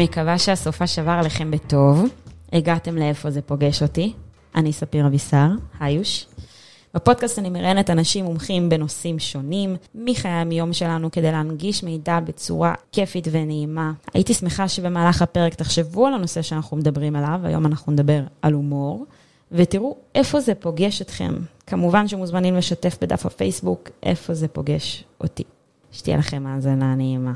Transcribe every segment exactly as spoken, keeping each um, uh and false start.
מקווה שהסופה שבר עליכם בטוב. הגעתם לאיפה זה פוגש אותי. אני ספיר אבישר, היוש. בפודקאסט אני מראיינת אנשים מומחים בנושאים שונים, מחיי היום שלנו כדי להנגיש מידע בצורה כיפית ונעימה. הייתי שמחה שבמהלך הפרק תחשבו על הנושא שאנחנו מדברים עליו, היום אנחנו נדבר על הומור, ותראו איפה זה פוגש אתכם. כמובן שמוזמנים לשתף בדף הפייסבוק איפה זה פוגש אותי. שתהיה לכם האזנה נעימה.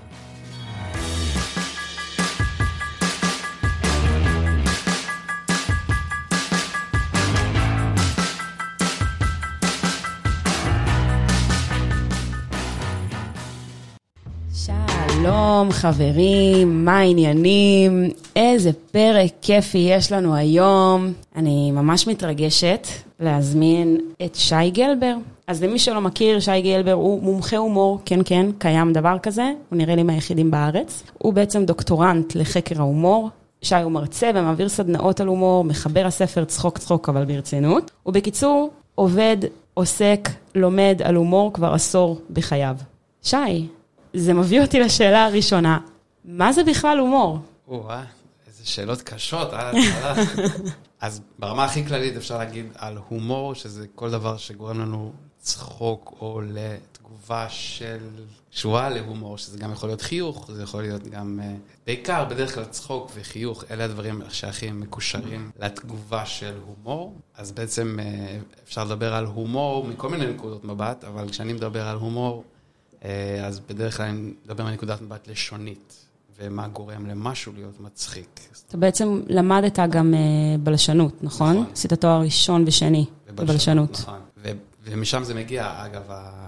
שלום חברים, מה העניינים? איזה פרק כיפי יש לנו היום. אני ממש מתרגשת להזמין את שי גלבר. אז למי שלא מכיר, שי גלבר הוא מומחה הומור, כן כן, קיים דבר כזה, הוא נראה לי מהיחידים בארץ. הוא בעצם דוקטורנט לחקר ההומור. שי הוא מרצה ומעביר סדנאות על הומור, מחבר הספר צחוק צחוק אבל ברצינות. ובקיצור, עובד, עוסק, לומד על הומור כבר עשור בחייו. שי, זה מביא אותי לשאלה הראשונה. מה זה בכלל הומור? וואה, איזה שאלות קשות. אז ברמה הכי כללית אפשר להגיד על הומור, שזה כל דבר שגורם לנו צחוק או לתגובה של שואה להומור, שזה גם יכול להיות חיוך, זה יכול להיות גם בעיקר בדרך כלל צחוק וחיוך, אלה הדברים שהכי מקושרים לתגובה של הומור. אז בעצם אפשר לדבר על הומור מכל מיני נקודות מבט, אבל כשאני מדבר על הומור, אז בדרך כלל אני מדבר מנקודת מבט לשונית, ומה גורם למשהו להיות מצחיק. אתה בעצם למדת גם בלשנות, נכון? נכון. עשית תואר ראשון ושני בבלשנות. נכון, ו- ומשם זה מגיע, אגב,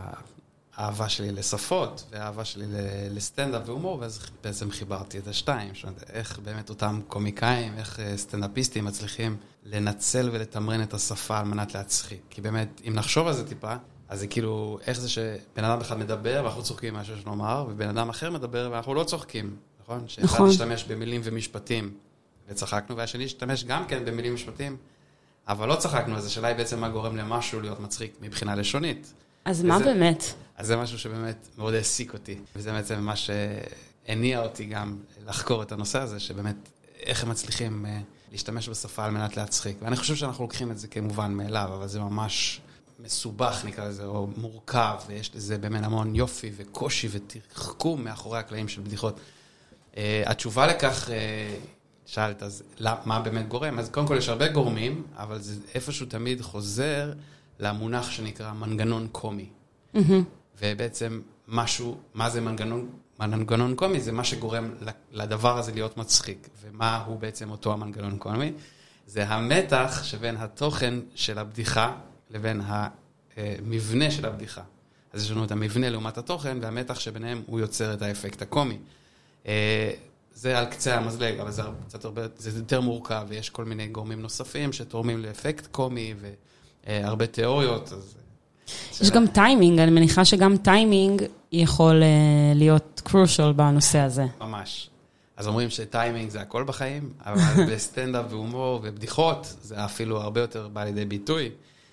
האהבה שלי לשפות, והאהבה שלי לסטנדאפ והומור, ואז בעצם חיברתי את השתיים, איך באמת אותם קומיקאים, איך סטנדאפיסטים מצליחים לנצל ולתמרן את השפה על מנת להצחיק. כי באמת, אם נחשוב על זה טיפה, אז זה כאילו, איך זה שבן אדם אחד מדבר ואנחנו צוחקים מה שיש לומר, ובן אדם אחר מדבר ואנחנו לא צוחקים, נכון? שאחד נכון. השתמש במילים ומשפטים וצחקנו, והשני השתמש גם כן במילים ומשפטים, אבל לא צחקנו, אז השאלה היא בעצם מה גורם למשהו להיות מצחיק מבחינה לשונית. אז מה וזה, באמת? אז זה משהו שבאמת מאוד העסיק אותי, וזה בעצם מה שהניע אותי גם לחקור את הנושא הזה, שבאמת איך הם מצליחים להשתמש בשפה על מנת להצחיק. ואני חושב שאנחנו לוקחים את זה כמובן מאליו, אבל זה ממש מסובך נקרא לזה, או מורכב, ויש לזה באמת המון יופי וקושי ותחכום מאחורי הקלעים של בדיחות. Uh, התשובה לכך, uh, שאלת, אז מה באמת גורם? אז קודם כל יש הרבה גורמים, אבל זה איפשהו תמיד חוזר למונח שנקרא מנגנון קומי. Mm-hmm. ובעצם משהו, מה זה מנגנון, מנגנון קומי? זה מה שגורם לדבר הזה להיות מצחיק. ומה הוא בעצם אותו המנגנון קומי? זה המתח שבין התוכן של הבדיחה, לבין המבנה של הבדיחה. אז יש לנו את המבנה לעומת התוכן, והמתח שביניהם הוא יוצר את האפקט הקומי. זה על קצה המזלג, אבל זה, קצת הרבה, זה יותר מורכב, ויש כל מיני גורמים נוספים שתורמים לאפקט קומי, והרבה תיאוריות. אז יש גם טיימינג, אני מניחה שגם טיימינג יכול להיות קרושל בנושא הזה. ממש. אז אומרים שטיימינג זה הכל בחיים, אבל בסטנדאפ והומור ובדיחות, זה אפילו הרבה יותר בא לידי ביטוי.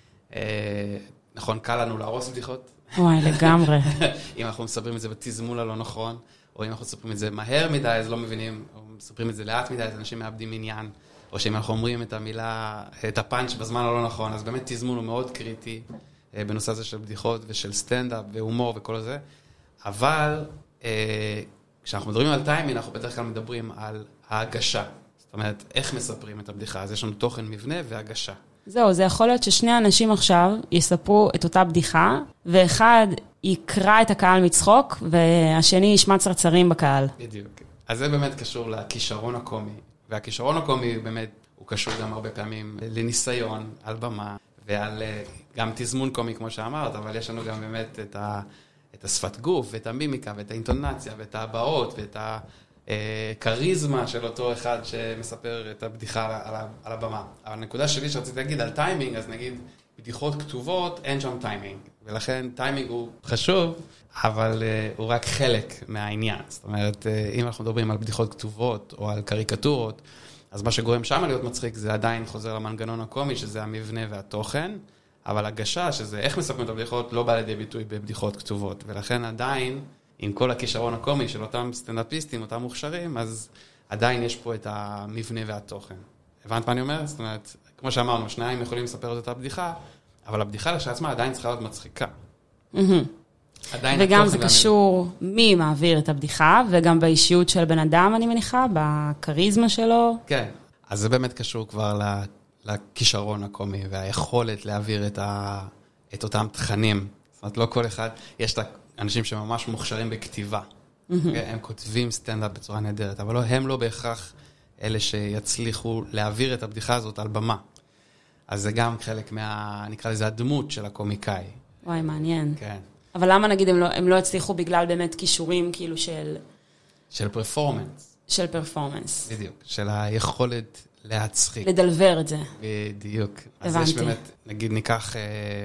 נכון, קל לנו להרוס בדיחות. וואי, לגמרי. אם אנחנו מספרים את זה בתזמון הלא נכון, או אם אנחנו מספרים את זה מהר מדי, אז לא מבינים, או מספרים את זה לאט מדי, אז אנשים מאבדים עניין, או שאם אנחנו אומרים את המילה, את הפאנץ' בזמן הלא נכון, אז באמת תזמון הוא מאוד קריטי, בנושא הזה של בדיחות ושל סטנדאפ והומור וכל זה. אבל כשאנחנו מדברים על טיימינג, אנחנו בדרך כלל מדברים על ההגשה. זאת אומרת, איך מספרים את הבדיחה? אז יש לנו תוכן מבנה והגשה. זהו, זה יכול להיות ששני אנשים עכשיו יספרו את אותה בדיחה, ואחד יקרא את הקהל מצחוק, והשני ישמע צרצרים בקהל. בדיוק. אז זה באמת קשור לכישרון הקומי, והכישרון הקומי באמת הוא קשור גם הרבה פעמים לניסיון, על במה, ועל גם תזמון קומי כמו שאמרת, אבל יש לנו גם באמת את, ה, את השפת גוף, ואת המימיקה, ואת האינטונציה, ואת הבאות, ואת ה... קריזמה של אותו אחד שמספר את הבדיחה על הבמה. אבל הנקודה שלי שרציתי להגיד על טיימינג, אז נגיד בדיחות כתובות, אין שם טיימינג. ולכן טיימינג הוא חשוב, אבל הוא רק חלק מהעניין. זאת אומרת, אם אנחנו מדברים על בדיחות כתובות או על קריקטורות, אז מה שגורם שם להיות מצחיק זה עדיין חוזר למנגנון הקומי, שזה המבנה והתוכן, אבל הגשה, שזה איך מספרים את הבדיחות, לא בא לידי ביטוי בבדיחות כתובות. ולכן עדיין, עם כל הכישרון הקומי של אותם סטנדאפיסטים, אותם מוכשרים, אז עדיין יש פה את המבנה והתוכן. הבנת מה אני אומר? זאת אומרת, כמו שאמרנו, שניים יכולים לספר את אותה בדיחה, אבל הבדיחה לשעצמה עדיין צריכה להיות מצחיקה. וגם זה קשור מי מעביר את הבדיחה, וגם באישיות של בן אדם, אני מניחה, בקריזמה שלו. כן, אז זה באמת קשור כבר לכישרון הקומי, והיכולת להעביר את, ה... את אותם תכנים. זאת אומרת, לא כל אחד, יש את האנשים שממש מוכשרים בכתיבה. הם כותבים סטנדאפ בצורה נהדרת, אבל לא, הם לא בהכרח אלה שיצליחו להעביר את הבדיחה הזאת על במה. אז זה גם חלק מה, נקרא לזה, הדמות של הקומיקאי. וואי, מעניין. כן. אבל למה נגיד הם לא, הם לא הצליחו בגלל באמת כישורים כאילו של... של פרפורמנס. של פרפורמנס. בדיוק. של היכולת להצחיק. לדלבר את זה. בדיוק. הבנתי. אז יש באמת, נגיד ניקח אה,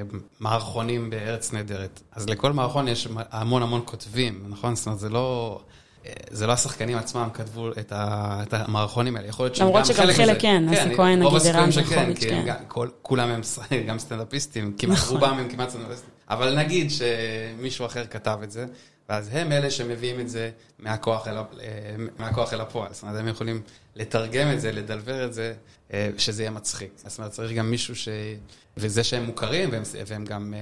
מערכונים בארץ נהדרת. אז לכל מערכון יש המון המון כותבים, נכון? זאת אומרת, זה לא... זה לא השחקנים עצמם כתבו את, ה, את המערכונים האלה. יכול להיות שגם למרות שגם חלק כן, אז זה כהן נגיד ערן שכן, כי כן. כל, כולם הם גם סטנדאפיסטים, כמעט רובם הם כמעט סטנדאפיסטים. אבל נגיד שמישהו אחר כתב את זה, ואז הם אלה שמביאים את זה מהכוח אל, מהכוח אל הפועל. זאת אומרת, הם יכולים לתרגם את זה, לדלבר את זה, שזה יהיה מצחיק. זאת אומרת, צריך גם מישהו ש... וזה שהם מוכרים, והם, והם גם...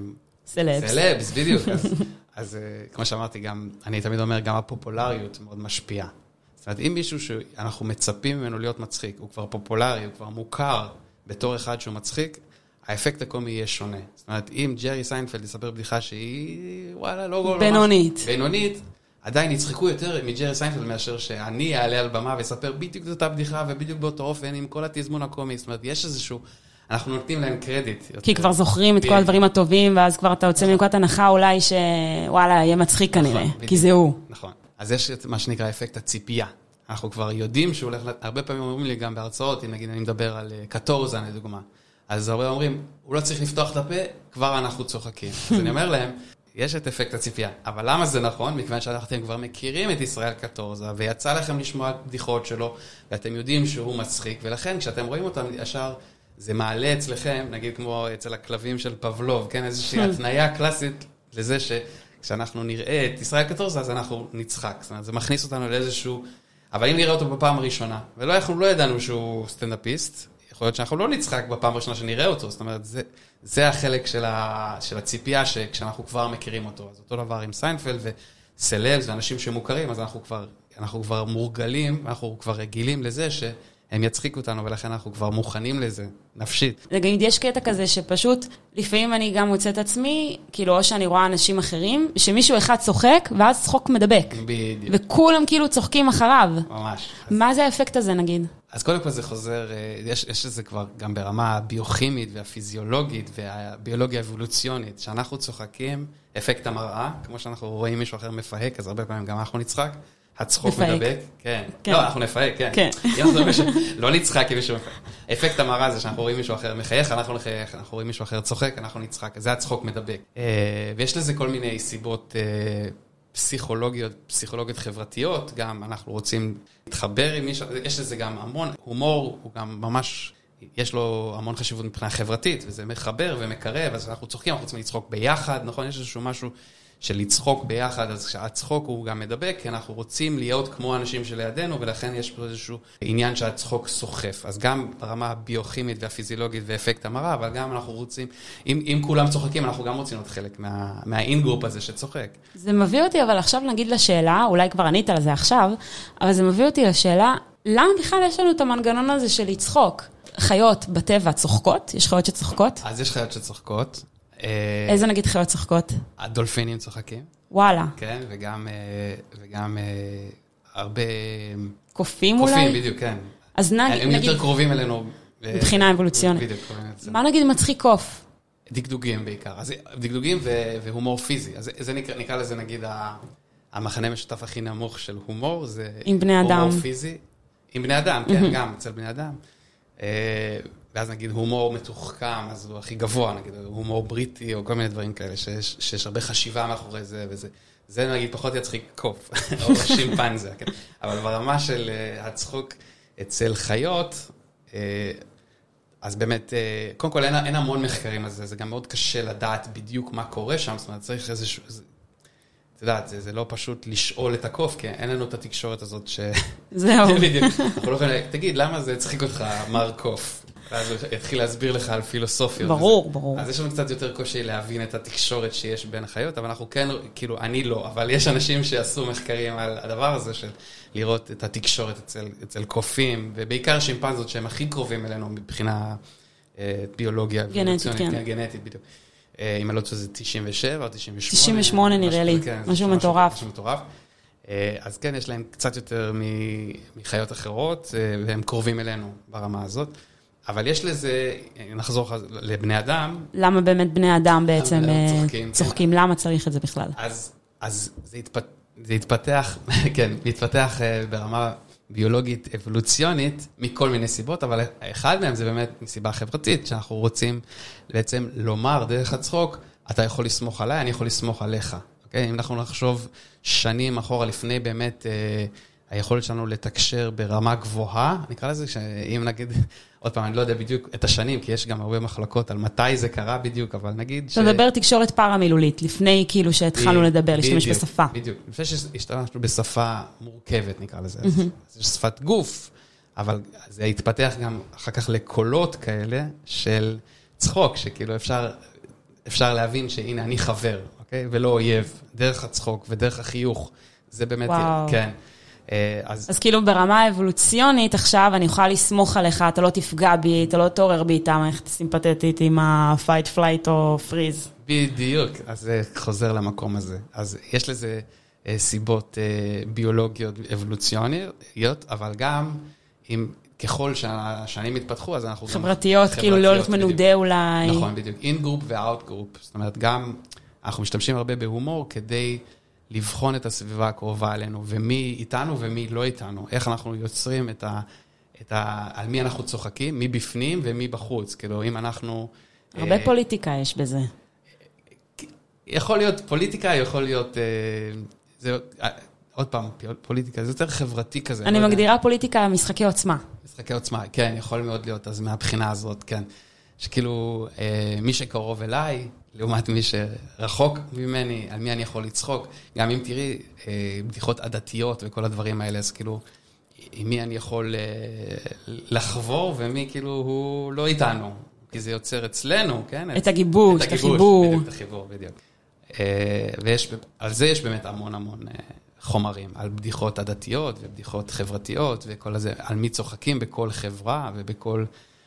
סלבס. סלבס, בדיוק. אז, אז כמו שאמרתי, גם, אני תמיד אומר, גם הפופולריות מאוד משפיעה. זאת אומרת, אם מישהו שאנחנו מצפים ממנו להיות מצחיק, הוא כבר פופולרי, הוא כבר מוכר בתור אחד שהוא מצחיק, האפקט הקומי יהיה שונה. זאת אומרת, אם ג'רי סיינפלד יספר בדיחה שהיא, וואלה, לא... בינונית. לא בינונית, עדיין יצחקו יותר מג'רי סיינפלד מאשר שאני אעלה על במה ויספר בדיוק את אותה בדיחה ובדיוק באותו אופן עם כל התזמון הקומי. זאת אומרת, יש איזשהו... אנחנו נותנים להם קרדיט. כי כבר זוכרים את כל הדברים הטובים, ואז כבר אתה יוצא מנקודת הנחה אולי שוואלה, יהיה מצחיק כנראה, כי זה הוא. נכון. אז יש מה שנקרא אפקט הציפייה. אנחנו כבר יודעים שהוא הולך, הרבה פעמים אומרים לי גם בהרצאות, אם נגיד אני מדבר על קטורזה, לדוגמה. אז הרבה אומרים, הוא לא צריך לפתוח את הפה, כבר אנחנו צוחקים. אז אני אומר להם, יש את אפקט הציפייה. אבל למה זה נכון? מכיוון שאתם כבר מכירים את ישראל קטורזה, ויצא לכם לשמוע בדיחות שלו, ואתם יודעים שהוא מצחיק, ולכן כשאתם רואים אותם ישר, זה מעלה אצלכם, נגיד כמו אצל הכלבים של פבלוב, כן? איזושהי התניה קלאסית לזה שכשאנחנו נראה את ישראל קטורזה, אז אנחנו נצחק. זאת אומרת, זה מכניס אותנו לאיזשהו... אבל אם נראה אותו בפעם הראשונה, ולא אנחנו לא ידענו שהוא סטנדאפיסט, יכול להיות שאנחנו לא נצחק בפעם הראשונה שנראה אותו. זאת אומרת, זה, זה החלק של, ה, של הציפייה שכשאנחנו כבר מכירים אותו. אז אותו דבר עם סיינפלד וסלבס ואנשים שמוכרים, אז אנחנו כבר, אנחנו כבר מורגלים, אנחנו כבר רגילים לזה ש... הם יצחיקו אותנו, ולכן אנחנו כבר מוכנים לזה, נפשית. נגיד, יש קטע כזה שפשוט, לפעמים אני גם מוצאת עצמי, כאילו, או שאני רואה אנשים אחרים, שמישהו אחד צוחק, ואז צחוק מדבק. בדיוק. וכולם כאילו צוחקים אחריו. ממש. מה זה האפקט הזה, נגיד? אז קודם כל זה חוזר, יש, יש לזה כבר גם ברמה הביוכימית והפיזיולוגית, והביולוגיה האבולוציונית, שאנחנו צוחקים, אפקט המראה, כמו שאנחנו רואים מישהו אחר מפהק, אז הרבה פעמים גם אנחנו נצחק. הצחוק מדבק, כן. לא, אנחנו נפהק, כן. לא נצחק כי מישהו מפהק. אפקט המראה זה שאנחנו רואים מישהו אחר מחייך, אנחנו נחייך, אנחנו רואים מישהו אחר צוחק, אנחנו נצחק. זה הצחוק מדבק. ויש לזה כל מיני סיבות פסיכולוגיות, פסיכולוגיות חברתיות, גם אנחנו רוצים להתחבר עם מישהו, יש לזה גם המון, הומור הוא גם ממש, יש לו המון חשיבות מבחינה חברתית, וזה מחבר ומקרב, אז אנחנו צוחקים, אנחנו רוצים לצחוק ביחד, נכון? יש איזשהו משהו של לצחוק ביחד, אז שהצחוק הוא גם מדבק, כי אנחנו רוצים להיות כמו האנשים שלידינו, ולכן יש פה איזשהו עניין שהצחוק סוחף. אז גם ברמה הביוכימית והפיזיולוגית ואפקט המראה, אבל גם אנחנו רוצים, אם, אם כולם צוחקים, אנחנו גם רוצים להיות חלק מה, מהאינגרופ הזה שצוחק. זה מביא אותי, אבל עכשיו נגיד לשאלה, אולי כבר ענית על זה עכשיו, אבל זה מביא אותי לשאלה, למה בכלל יש לנו את המנגנון הזה של לצחוק? חיות בטבע צוחקות? יש חיות שצוחקות? אז יש חיות שצוחקות. איזה נגיד חיות צוחקות? הדולפינים צוחקים. וואלה. כן, וגם, וגם הרבה... קופים אולי? קופים, בדיוק, כן. אז נגיד... הם יותר קרובים אלינו. מבחינה אבולוציונית. בדיוק, קרובים אלינו. מה נגיד מצחיק קוף? דקדוגים בעיקר. אז דקדוגים והומור פיזי. אז זה נקרא לזה נגיד המחנה משותף הכי נמוך של הומור, זה... עם בני אדם. הומור פיזי. עם בני אדם, כן, גם אצל בני אדם. ואז נגיד הומור מתוחכם, אז הוא הכי גבוה, נגיד הומור בריטי או כל מיני דברים כאלה, שיש, שיש הרבה חשיבה מאחורי זה, וזה, זה נגיד פחות יצחיק קוף, או שימפנזה, כן? אבל ברמה של הצחוק אצל חיות, אז באמת, קודם כל אין, אין המון מחקרים על זה, זה גם מאוד קשה לדעת בדיוק מה קורה שם, זאת אומרת, צריך איזשהו, זה, יודעת, זה, זה לא פשוט לשאול את הקוף, כי אין לנו את התקשורת הזאת ש... זהו. אנחנו לא יכולים, תגיד, למה זה צחיק אותך, מר קוף? ואז הוא יתחיל להסביר לך על פילוסופיות. ברור, ברור. אז יש לנו קצת יותר קושי להבין את התקשורת שיש בין החיות, אבל אנחנו כן, כאילו, אני לא, אבל יש אנשים שעשו מחקרים על הדבר הזה של לראות את התקשורת אצל, אצל קופים, ובעיקר שימפנזות שהם הכי קרובים אלינו מבחינה אה, ביולוגיה. גנטית, כן. כן. גנטית, בדיוק. אה, אם אני לא חושב שזה תשעים ושבע או תשעים ושמונה. תשעים ושמונה נראה לי, כן, משהו מטורף. משהו מטורף. אה, אז כן, יש להם קצת יותר מחיות אחרות, אה, והם קרובים אלינו ברמה הזאת. אבל יש לזה, נחזור לבני אדם. למה באמת בני אדם בעצם צוחקים? צוחקים? כן. למה צריך את זה בכלל? אז, אז זה, התפת, זה התפתח, כן, התפתח ברמה ביולוגית, אבולוציונית, מכל מיני סיבות, אבל אחד מהם זה באמת מסיבה חברתית, שאנחנו רוצים בעצם לומר דרך הצחוק, אתה יכול לסמוך עליי, אני יכול לסמוך עליך. אוקיי? אם אנחנו נחשוב שנים אחורה לפני באמת, אה, היכולת שלנו לתקשר ברמה גבוהה, נקרא לזה, שאם נגיד, עוד פעם, אני לא יודע בדיוק את השנים, כי יש גם הרבה מחלקות על מתי זה קרה בדיוק, אבל נגיד ש... אתה מדבר תקשורת פארה-מילולית, לפני כאילו שהתחלנו לדבר, להשתמש בשפה. בדיוק, לפני שהשתמשנו בשפה מורכבת, נקרא לזה. אז יש שפת גוף, אבל זה התפתח גם אחר כך לקולות כאלה של צחוק, שכאילו אפשר, אפשר להבין שהנה, אני חבר, אוקיי? ולא אויב, דרך הצחוק ודרך החיוך. זה באמת, וואו. כן. אז... אז כאילו ברמה האבולוציונית עכשיו אני יכולה לסמוך עליך, אתה לא תפגע בי, אתה לא תעורר בי את המערכת הסימפתטית עם ה-fight, flight או freeze. בדיוק, אז זה חוזר למקום הזה. אז יש לזה סיבות ביולוגיות אבולוציוניות, אבל גם אם ככל שהשנים התפתחו, אז אנחנו חברתיות, גם... כאילו לא להיות מנודה אולי. נכון, בדיוק. in-group ו-out-group. זאת אומרת, גם אנחנו משתמשים הרבה בהומור כדי... לבחון את הסביבה הקרובה עלינו, ומי איתנו ומי לא איתנו. איך אנחנו יוצרים את ה... את ה... על מי אנחנו צוחקים, מי בפנים ומי בחוץ. כאילו, אם אנחנו... הרבה אה, פוליטיקה יש בזה. יכול להיות פוליטיקה, יכול להיות... אה, זה, אה, עוד פעם, פוליטיקה, זה יותר חברתי כזה. אני לא מגדירה יודע. פוליטיקה משחקי עוצמה. משחקי עוצמה, כן, יכול מאוד להיות. אז מהבחינה הזאת, כן. שכאילו, אה, מי שקרוב אליי... לעומת מי שרחוק ממני, על מי אני יכול לצחוק. גם אם תראי, בדיחות עדתיות וכל הדברים האלה, אז כאילו, עם מי אני יכול לחבור, ומי כאילו הוא לא איתנו. כי זה יוצר אצלנו, כן? את הגיבוש, את החיבור. בדיוק, את החיבור, בדיוק. ועל זה יש באמת המון המון חומרים, על בדיחות עדתיות ובדיחות חברתיות, וכל הזה, על מי צוחקים בכל חברה ובכל,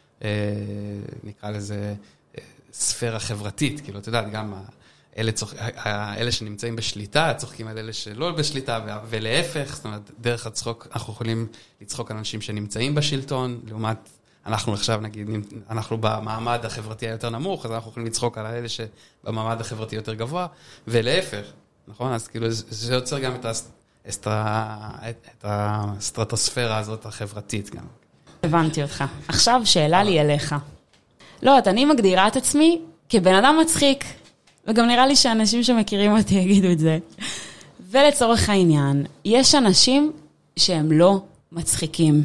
נקרא לזה, ספירה חברתית, כאילו, אתה יודע, גם אלה, צוח... אלה שנמצאים בשליטה, צוחקים על אלה שלא בשליטה, ולהפך, זאת אומרת, דרך הצחוק, אנחנו יכולים לצחוק על אנשים שנמצאים בשלטון, לעומת, אנחנו עכשיו, נגיד, אנחנו במעמד החברתי היותר נמוך, אז אנחנו יכולים לצחוק על אלה שבמעמד החברתי יותר גבוה, ולהפך, נכון? אז כאילו, זה יוצר גם את, הסטר... את הסטרטוספירה הזאת החברתית גם. הבנתי אותך. עכשיו שאלה לי אליך. לא, אני מגדירה את עצמי כבן אדם מצחיק, וגם נראה לי שאנשים שמכירים אותי יגידו את זה. ולצורך העניין, יש אנשים שהם לא מצחיקים.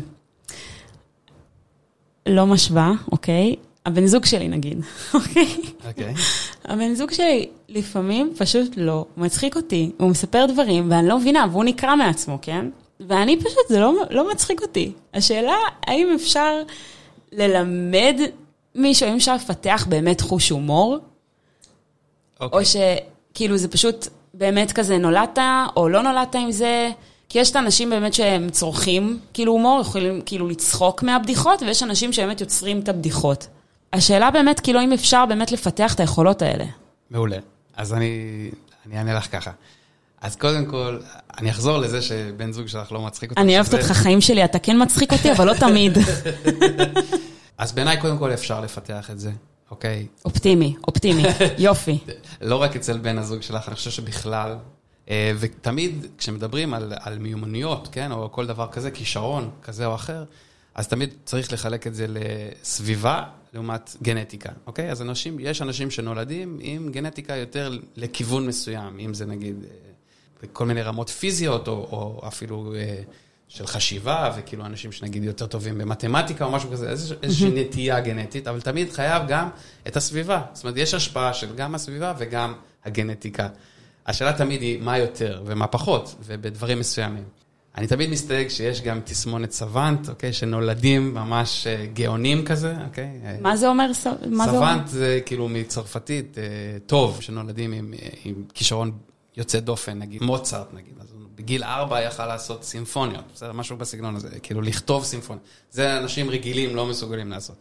לא משווה, אוקיי? הבן זוג שלי נגיד, אוקיי? אוקיי. הבן זוג שלי לפעמים פשוט לא מצחיק אותי. הוא מספר דברים ואני לא מבינה, והוא נקרא מעצמו, כן? ואני פשוט, זה לא, לא מצחיק אותי. השאלה, האם אפשר ללמד מישהו, אם אפשר לפתח באמת חוש הומור, okay. או שכאילו זה פשוט באמת כזה נולדת, או לא נולדת עם זה, כי יש את האנשים באמת שהם צורכים כאילו הומור, יכולים כאילו לצחוק מהבדיחות, ויש אנשים שבאמת יוצרים את הבדיחות. השאלה באמת כאילו אם אפשר באמת לפתח את היכולות האלה. מעולה. אז אני, אני אענה לך ככה. אז קודם כל, אני אחזור לזה שבן זוג שלך לא מצחיק אותך. אני אוהבת אותך חיים שלי, אתה כן מצחיק אותי, אבל לא תמיד. אז בעיניי קודם כל אפשר לפתח את זה, אוקיי? אופטימי, אופטימי, יופי. לא רק אצל בן הזוג שלך, אני חושב שבכלל, ותמיד כשמדברים על, על מיומנויות, כן, או כל דבר כזה, כישרון כזה או אחר, אז תמיד צריך לחלק את זה לסביבה, לעומת גנטיקה, אוקיי? אז אנשים, יש אנשים שנולדים עם גנטיקה יותר לכיוון מסוים, אם זה נגיד כל מיני רמות פיזיות, או, או אפילו של חשיבה, וכאילו אנשים שנגיד יותר טובים במתמטיקה או משהו כזה, איזושהי נטייה גנטית, אבל תמיד חייב גם את הסביבה. זאת אומרת, יש השפעה של גם הסביבה וגם הגנטיקה. השאלה תמיד היא מה יותר ומה פחות, ובדברים מסוימים. אני תמיד מסתייג שיש גם תסמונת סוונט, אוקיי, שנולדים ממש גאונים כזה, אוקיי? מה זה אומר? סוונט זה כאילו מצרפתית טוב, שנולדים עם, עם כישרון יוצא דופן, נגיד מוצרט, נגיד. אז בגיל ארבע יכל לעשות סימפוניות, בסדר, משהו בסגנון הזה, כאילו לכתוב סימפוניות. זה אנשים רגילים לא מסוגלים לעשות.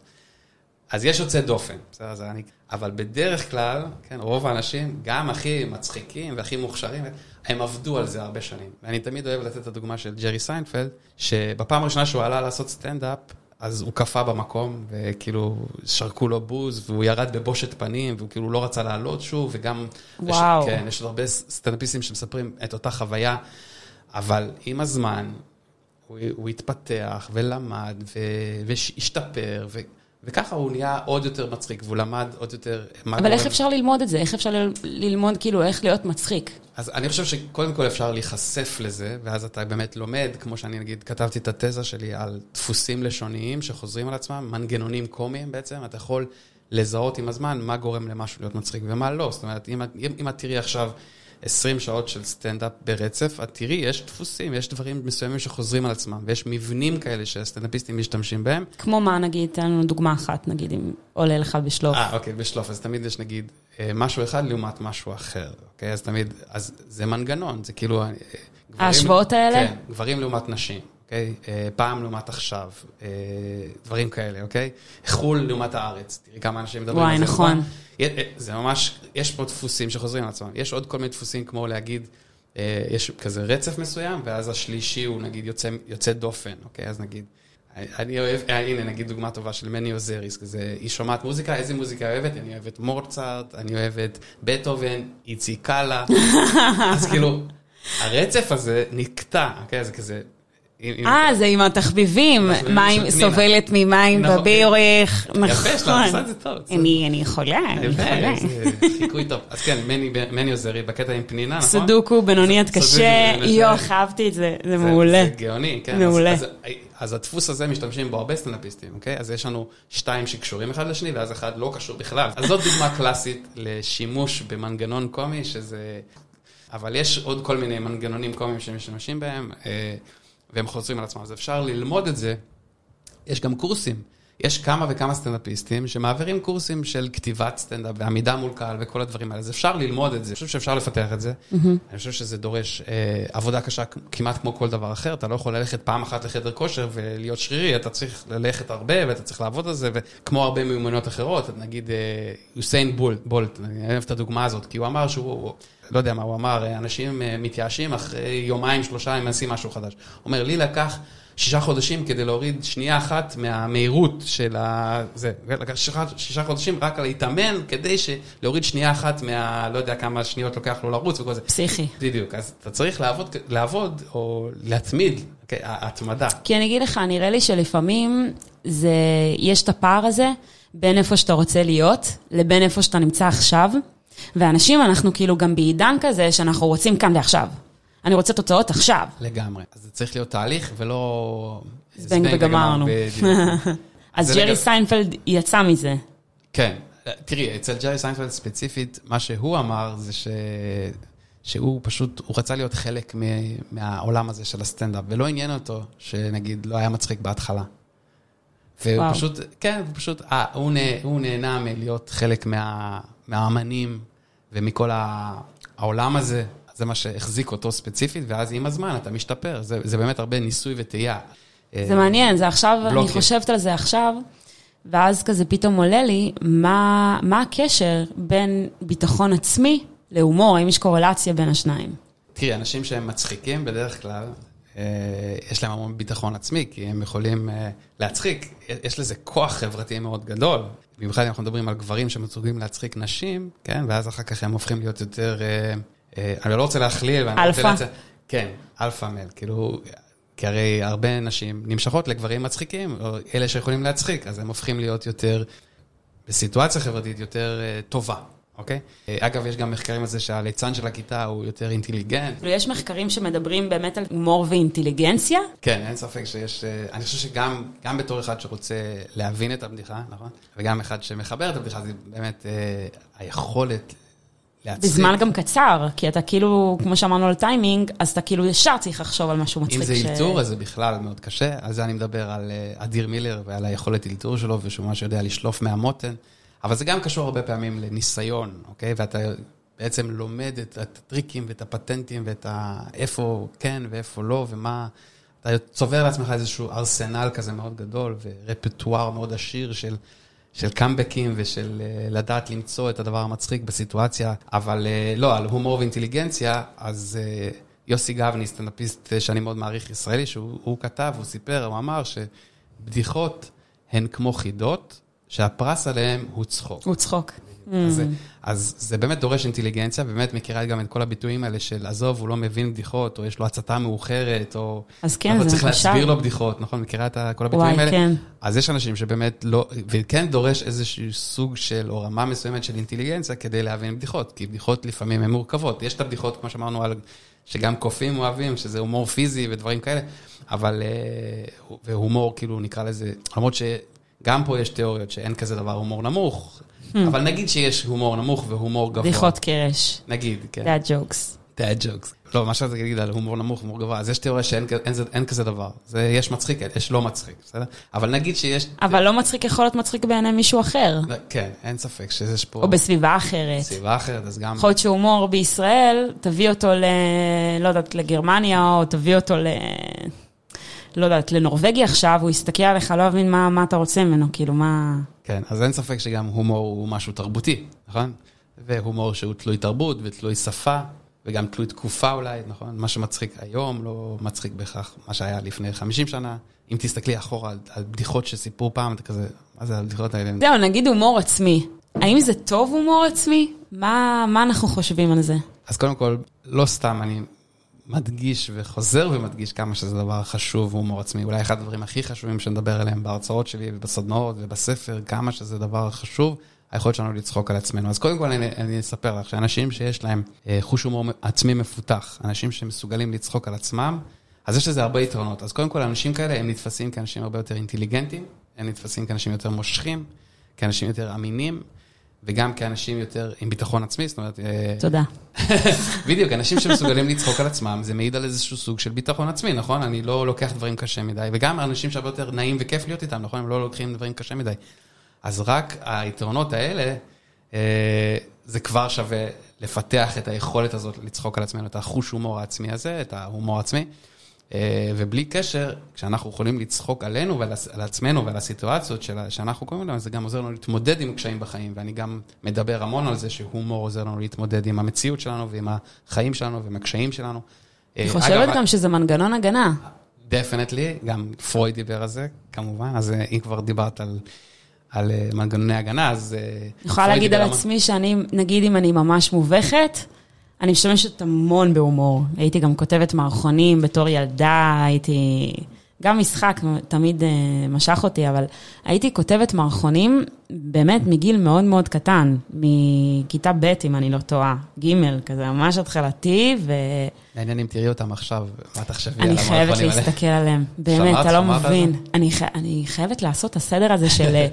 אז יש יוצא דופן, בסדר, זה אני... אבל בדרך כלל, כן, רוב האנשים, גם הכי מצחיקים והכי מוכשרים, הם עבדו על זה הרבה שנים. ואני תמיד אוהב לתת את הדוגמה של ג'רי סיינפלד, שבפעם הראשונה שהוא עלה לעשות סטנדאפ, אז הוא קפא במקום, וכאילו שרקו לו בוז, והוא ירד בבושת פנים, והוא כאילו לא רצה לעלות שוב, וגם... וואו. יש, כן, יש הרבה סטנדאפיסטים שמספרים את אותה חוויה, אבל עם הזמן, הוא, הוא התפתח ולמד, ו, והשתפר, ו... וככה הוא נהיה עוד יותר מצחיק, והוא למד עוד יותר... אבל איך אפשר ללמוד את זה? איך אפשר ללמוד כאילו איך להיות מצחיק? אז אני חושב שקודם כל אפשר להיחשף לזה, ואז אתה באמת לומד, כמו שאני נגיד, כתבתי את התזה שלי על דפוסים לשוניים שחוזרים על עצמם, מנגנונים קומיים בעצם, אתה יכול לזהות עם הזמן מה גורם למשהו להיות מצחיק ומה לא. זאת אומרת, אם, אם את תראי עכשיו עשרים שעות של סטנדאפ ברצף, את תראי, יש דפוסים, יש דברים מסוימים שחוזרים על עצמם, ויש מבנים כאלה שהסטנדאפיסטים משתמשים בהם. כמו מה, נגיד, תן לנו דוגמה אחת, נגיד, אם עולה לך בשלוף. אה, אוקיי, בשלוף. אז תמיד יש, נגיד, משהו אחד לעומת משהו אחר, אוקיי? אז תמיד, אז זה מנגנון, זה כאילו... ההשוואות האלה? כן, גברים לעומת נשים, אוקיי? פעם לעומת עכשיו, דברים כאלה, אוקיי? חול לעומת הארץ. תראי כמה אנשים מדברים על זה. וואי, נכון. זה ממש, יש פה דפוסים שחוזרים על עצמם. יש עוד כל מיני דפוסים כמו להגיד, יש כזה רצף מסוים, ואז השלישי הוא נגיד יוצא, יוצא דופן, אוקיי? אז נגיד, אני אוהב, הנה נגיד דוגמה טובה של מני עוזריס, כזה, היא שומעת מוזיקה, איזה מוזיקה אוהבת? אני אוהבת מורצרט, אני אוהבת בטהובן, איצי קאלה, אז כאילו, הרצף הזה נקטע, אוקיי? זה כזה... אה, זה עם התחביבים, מים, סובלת ממים בביורך, נכון. יפה, שאתה עושה את זה טוב. אני יכולה, אני יכולה. חיקוי טוב. אז כן, מני עוזרי, בקטע עם פנינה, נכון? סודוקו, בינונית קשה, יו, חייבתי את זה, זה מעולה. זה גאוני, כן. מעולה. אז הדפוס הזה משתמשים בו הרבה סטנדאפיסטים, אוקיי? אז יש לנו שתיים שקשורים אחד לשני, ואז אחד לא קשור בכלל. אז זאת דוגמה קלאסית לשימוש במנגנון קומי, שזה... אבל יש עוד כל מיני מנגנונים קומיים שמשתמשים בהם, והם חוזרים על עצמם. אז אפשר ללמוד את זה. יש גם קורסים. יש כמה וכמה סטנדאפיסטים שמעבירים קורסים של כתיבת סטנדאפ ועמידה מול קהל וכל הדברים האלה. אז אפשר ללמוד את זה. אני חושב שאפשר לפתח את זה. Mm-hmm. אני חושב שזה דורש אה, עבודה קשה כמעט כמו כל דבר אחר. אתה לא יכול ללכת פעם אחת לחדר כושר ולהיות שרירי. אתה צריך ללכת הרבה ואתה צריך לעבוד על זה. וכמו הרבה מיומנויות אחרות, נגיד אה, יוסיין בולט, בולט, אני אוהב את הדוגמה הזאת, כי הוא אמר שהוא... לא יודע מה, הוא אמר, אנשים מתייאשים אחרי יומיים, שלושה, הם עושים משהו חדש. הוא אומר, לי לקח שישה חודשים כדי להוריד שנייה אחת מהמהירות של ה... זה, לקח שישה, שישה חודשים רק על להתאמן, כדי להוריד שנייה אחת מה... לא יודע כמה שניות לוקח לו לרוץ וכל זה. פסיכי. בדיוק, אז אתה צריך לעבוד, לעבוד או להתמיד, okay, ההתמדה. כי אני אגיד לך, נראה לי שלפעמים זה, יש את הפער הזה, בין איפה שאתה רוצה להיות, לבין איפה שאתה נמצא עכשיו, ואנשים, אנחנו כאילו גם בעידן כזה, שאנחנו רוצים כאן ועכשיו. אני רוצה תוצאות עכשיו. לגמרי. אז זה צריך להיות תהליך, ולא... זבנג וגמרנו. אז ג'רי סיינפלד יצא מזה. כן. תראי, אצל ג'רי סיינפלד ספציפית, מה שהוא אמר זה ש... שהוא פשוט, הוא רצה להיות חלק מהעולם הזה של הסטנדאפ, ולא עניין אותו שנגיד לא היה מצחיק בהתחלה. והוא פשוט, כן, הוא פשוט, אה, הוא נהנה מלהיות חלק מהאמנים ומכל העולם הזה. זה מה שהחזיק אותו ספציפית, ואז עם הזמן אתה משתפר. זה, זה באמת הרבה ניסוי וטעייה. זה מעניין, זה עכשיו, אני חושבת על זה עכשיו, ואז כזה פתאום עולה לי, מה, מה הקשר בין ביטחון עצמי להומור? האם יש קורלציה בין השניים? תראי, אנשים שהם מצחיקים בדרך כלל, יש להם המון ביטחון עצמי, כי הם יכולים להצחיק. יש לזה כוח חברתי מאוד גדול. במיוחד אם אנחנו מדברים על גברים שמסוגלים להצחיק נשים, כן? ואז אחר כך הם הופכים להיות יותר... אני לא רוצה להכליל. אלפא. כן, אלפא מל. כאילו, כי הרי הרבה נשים נמשכות לגברים מצחיקים, או אלה שיכולים להצחיק, אז הם הופכים להיות יותר, בסיטואציה חברתית, יותר טובה. אוקיי? אגב, יש גם מחקרים על זה שהליצן של הכיתה הוא יותר אינטליגנט. יש מחקרים שמדברים באמת על הומור ואינטליגנציה? כן, אין ספק שיש... אני חושב שגם גם בתור אחד שרוצה להבין את הבדיחה, נכון? וגם אחד שמחבר את הבדיחה, זה באמת היכולת להצחיק. בזמן גם קצר, כי אתה כאילו, כמו שאמרנו על טיימינג, אז אתה כאילו ישר צריך לחשוב על משהו מצחיק. אם זה אילתור, אז זה בכלל מאוד קשה. על זה אני מדבר על אדיר מילר ועל היכולת אילתור שלו, ושהוא ממש יודע לשלוף מהמותן. אבל זה גם קשור הרבה פעמים לניסיון, אוקיי? ואתה בעצם לומד את הטריקים ואת הפטנטים ואת איפה כן ואיפה לא, ומה... אתה צובר לעצמך איזשהו ארסנל כזה מאוד גדול, ורפטואר מאוד עשיר של... של קאמבקים ושל לדעת למצוא את הדבר המצחיק בסיטואציה, אבל לא, על הומור ואינטליגנציה, אז יוסי גבני, סטנדאפיסט שאני מאוד מעריך ישראלי, שהוא כתב, הוא סיפר, הוא אמר שבדיחות הן כמו חידות, שהפרס עליהם הוא צחוק. הוא צחוק. אז, אז זה באמת דורש אינטליגנציה, ובאמת מכירה גם את כל הביטויים האלה של עזוב, הוא לא מבין בדיחות, או יש לו הצתה מאוחרת, או... אז כן, זה צריך להסביר לו בדיחות, נכון? מכירה את כל הביטויים האלה? כן. אז יש אנשים שבאמת לא, וכן דורש איזשהו סוג של, או רמה מסוימת של אינטליגנציה, כדי להבין בדיחות, כי בדיחות לפעמים הן מורכבות. יש את הבדיחות, כמו שאמרנו, על, שגם קופים אוהבים, שזה הומור פיזי ודברים כאלה, אבל, והומור, כאילו, נקרא לזה, למרות שגם פה יש תיאוריות שאין כזה דבר הומור נמוך, אבל נגיד שיש הומור נמוך והומור גבוה. בדיחות קרש. נגיד, כן. Dad jokes. Dad jokes. לא, מה שאתה תגיד על הומור נמוך, הומור גבוה, אז יש תיאוריה שאין אין, אין כזה דבר. זה, יש מצחיק, יש לא מצחיק, בסדר? אבל נגיד שיש... אבל לא מצחיק יכול להיות מצחיק בעיני מישהו אחר. כן, אין ספק שיש פה... או בסביבה אחרת. בסביבה אחרת, אז גם... יכול להיות שהומור בישראל, תביא אותו ל... לא יודעת, לגרמניה, או תביא אותו ל... לא יודעת, לנורווגיה עכשיו, הוא יסתכל עליך, לא אבין מה, מה אתה רוצה ממנו, כאילו, מה... כן, אז אין ספק שגם הומור הוא משהו תרבותי, נכון? והומור שהוא תלוי תרבות ותלוי שפה, וגם תלוי תקופה אולי, נכון? מה שמצחיק היום לא מצחיק בכך, מה שהיה לפני חמישים שנה. אם תסתכלי אחורה על, על בדיחות שסיפרו פעם, אתה כזה, מה זה הבדיחות האלה? זהו, נגיד הומור עצמי. האם זה טוב הומור עצמי? מה, מה אנחנו חושבים על זה? אז קודם כל, לא סתם אני מדגיש וחוזר ומדגיש כמה שזה דבר חשוב, הומור עצמי. אולי אחד הדברים הכי חשובים שנדבר עליהם בהרצאות שלי ובסדנאות ובספר, כמה שזה דבר חשוב, היכולת שלנו לצחוק על עצמנו. אז קודם כל אני, אני אספר לך שאנשים שיש להם אה, חוש הומור עצמי מפותח, אנשים שמסוגלים לצחוק על עצמם, אז יש לזה הרבה יתרונות. אז קודם כל האנשים כאלה הם נתפסים כאנשים הרבה יותר אינטליגנטים, הם נתפסים כאנשים יותר מושכים, כאנשים יותר אמינים, וגם כאנשים יותר עם ביטחון עצמי, זאת אומרת... תודה. בדיוק, אנשים שמסוגלים לצחוק על עצמם, זה מעיד על איזשהו סוג של ביטחון עצמי, נכון? אני לא לוקח דברים קשה מדי, וגם אנשים שהרבה יותר נעים וכיף להיות איתם, נכון? הם לא לוקחים דברים קשה מדי. אז רק היתרונות האלה, זה כבר שווה לפתח את היכולת הזאת לצחוק על עצמנו, את החוש הומור העצמי הזה, את ההומור העצמי, ובלי קשר, כשאנחנו יכולים לצחוק עלינו ועל עצמנו ועל הסיטואציות שאנחנו קוראים להם, זה גם עוזר לנו להתמודד עם קשיים בחיים, ואני גם מדבר המון על זה שהומור עוזר לנו להתמודד עם המציאות שלנו ועם החיים שלנו ועם הקשיים שלנו. אני חושבת גם שזה מנגנון הגנה. Definitely, גם פרויד דיבר על זה, כמובן, אז אם כבר דיברת על... על מנגנוני הגנה, אז... אני יכולה להגיד על עצמי שאני, נגיד אם אני ממש מובכת, אני משתמשת המון בהומור. הייתי גם כותבת מערכונים בתור ילדה, הייתי... גם משחק תמיד משך אותי, אבל הייתי כותבת מערכונים באמת מגיל מאוד מאוד קטן, מכיתה ב' אם אני לא טועה, ג' כזה ממש התחלתי, ו... מעניין אם תראי אותם עכשיו, מה תחשבי על אני המערכונים האלה? חייבת להסתכל עליהם, באמת, אתה לא מבין. אני, חי... אני חייבת לעשות את הסדר הזה של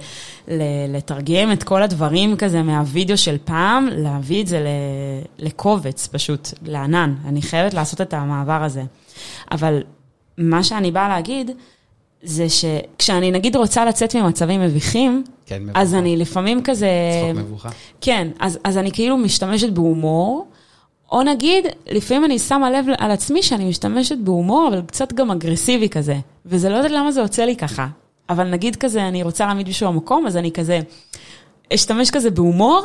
לתרגם את כל הדברים כזה מהווידאו של פעם, להביא את זה לקובץ פשוט, לענן. אני חייבת לעשות את המעבר הזה. אבל... מה שאני באה להגיד, זה שכשאני נגיד רוצה לצאת ממצבים מביכים, כן, מבוכה. אז אני לפעמים כזה... צחוק מבוכה. כן, אז, אז אני כאילו משתמשת בהומור, או נגיד, לפעמים אני שמה לב על עצמי שאני משתמשת בהומור, אבל קצת גם אגרסיבי כזה, וזה לא יודעת למה זה יוצא לי ככה, אבל נגיד כזה, אני רוצה להעמיד בשביל המקום, אז אני כזה, אשתמש כזה בהומור,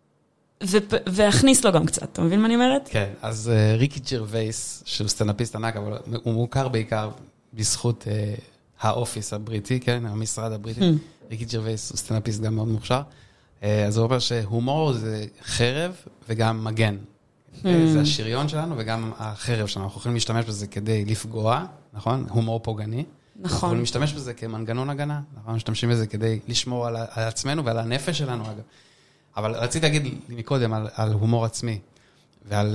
והכניס לו גם קצת, אתה מבין מה אני אומרת? כן, אז ריקי ג'רווייס, שהוא סטנדאפיסט ענק, אבל הוא מוכר בעיקר בזכות האופיס הבריטי, כן, המשרד הבריטי. ריקי ג'רווייס הוא סטנדאפיסט גם מאוד מוכשר. אז הוא אומר שהומור זה חרב וגם מגן. זה השריון שלנו וגם החרב שלנו. אנחנו יכולים להשתמש בזה כדי לפגוע, נכון? הומור פוגעני. אנחנו יכולים להשתמש בזה כמנגנון הגנה. אנחנו משתמשים בזה כדי לשמור על עצמנו ועל הנפש שלנו, אגב. אבל רציתי להגיד לי מקודם על, על הומור עצמי, ועל,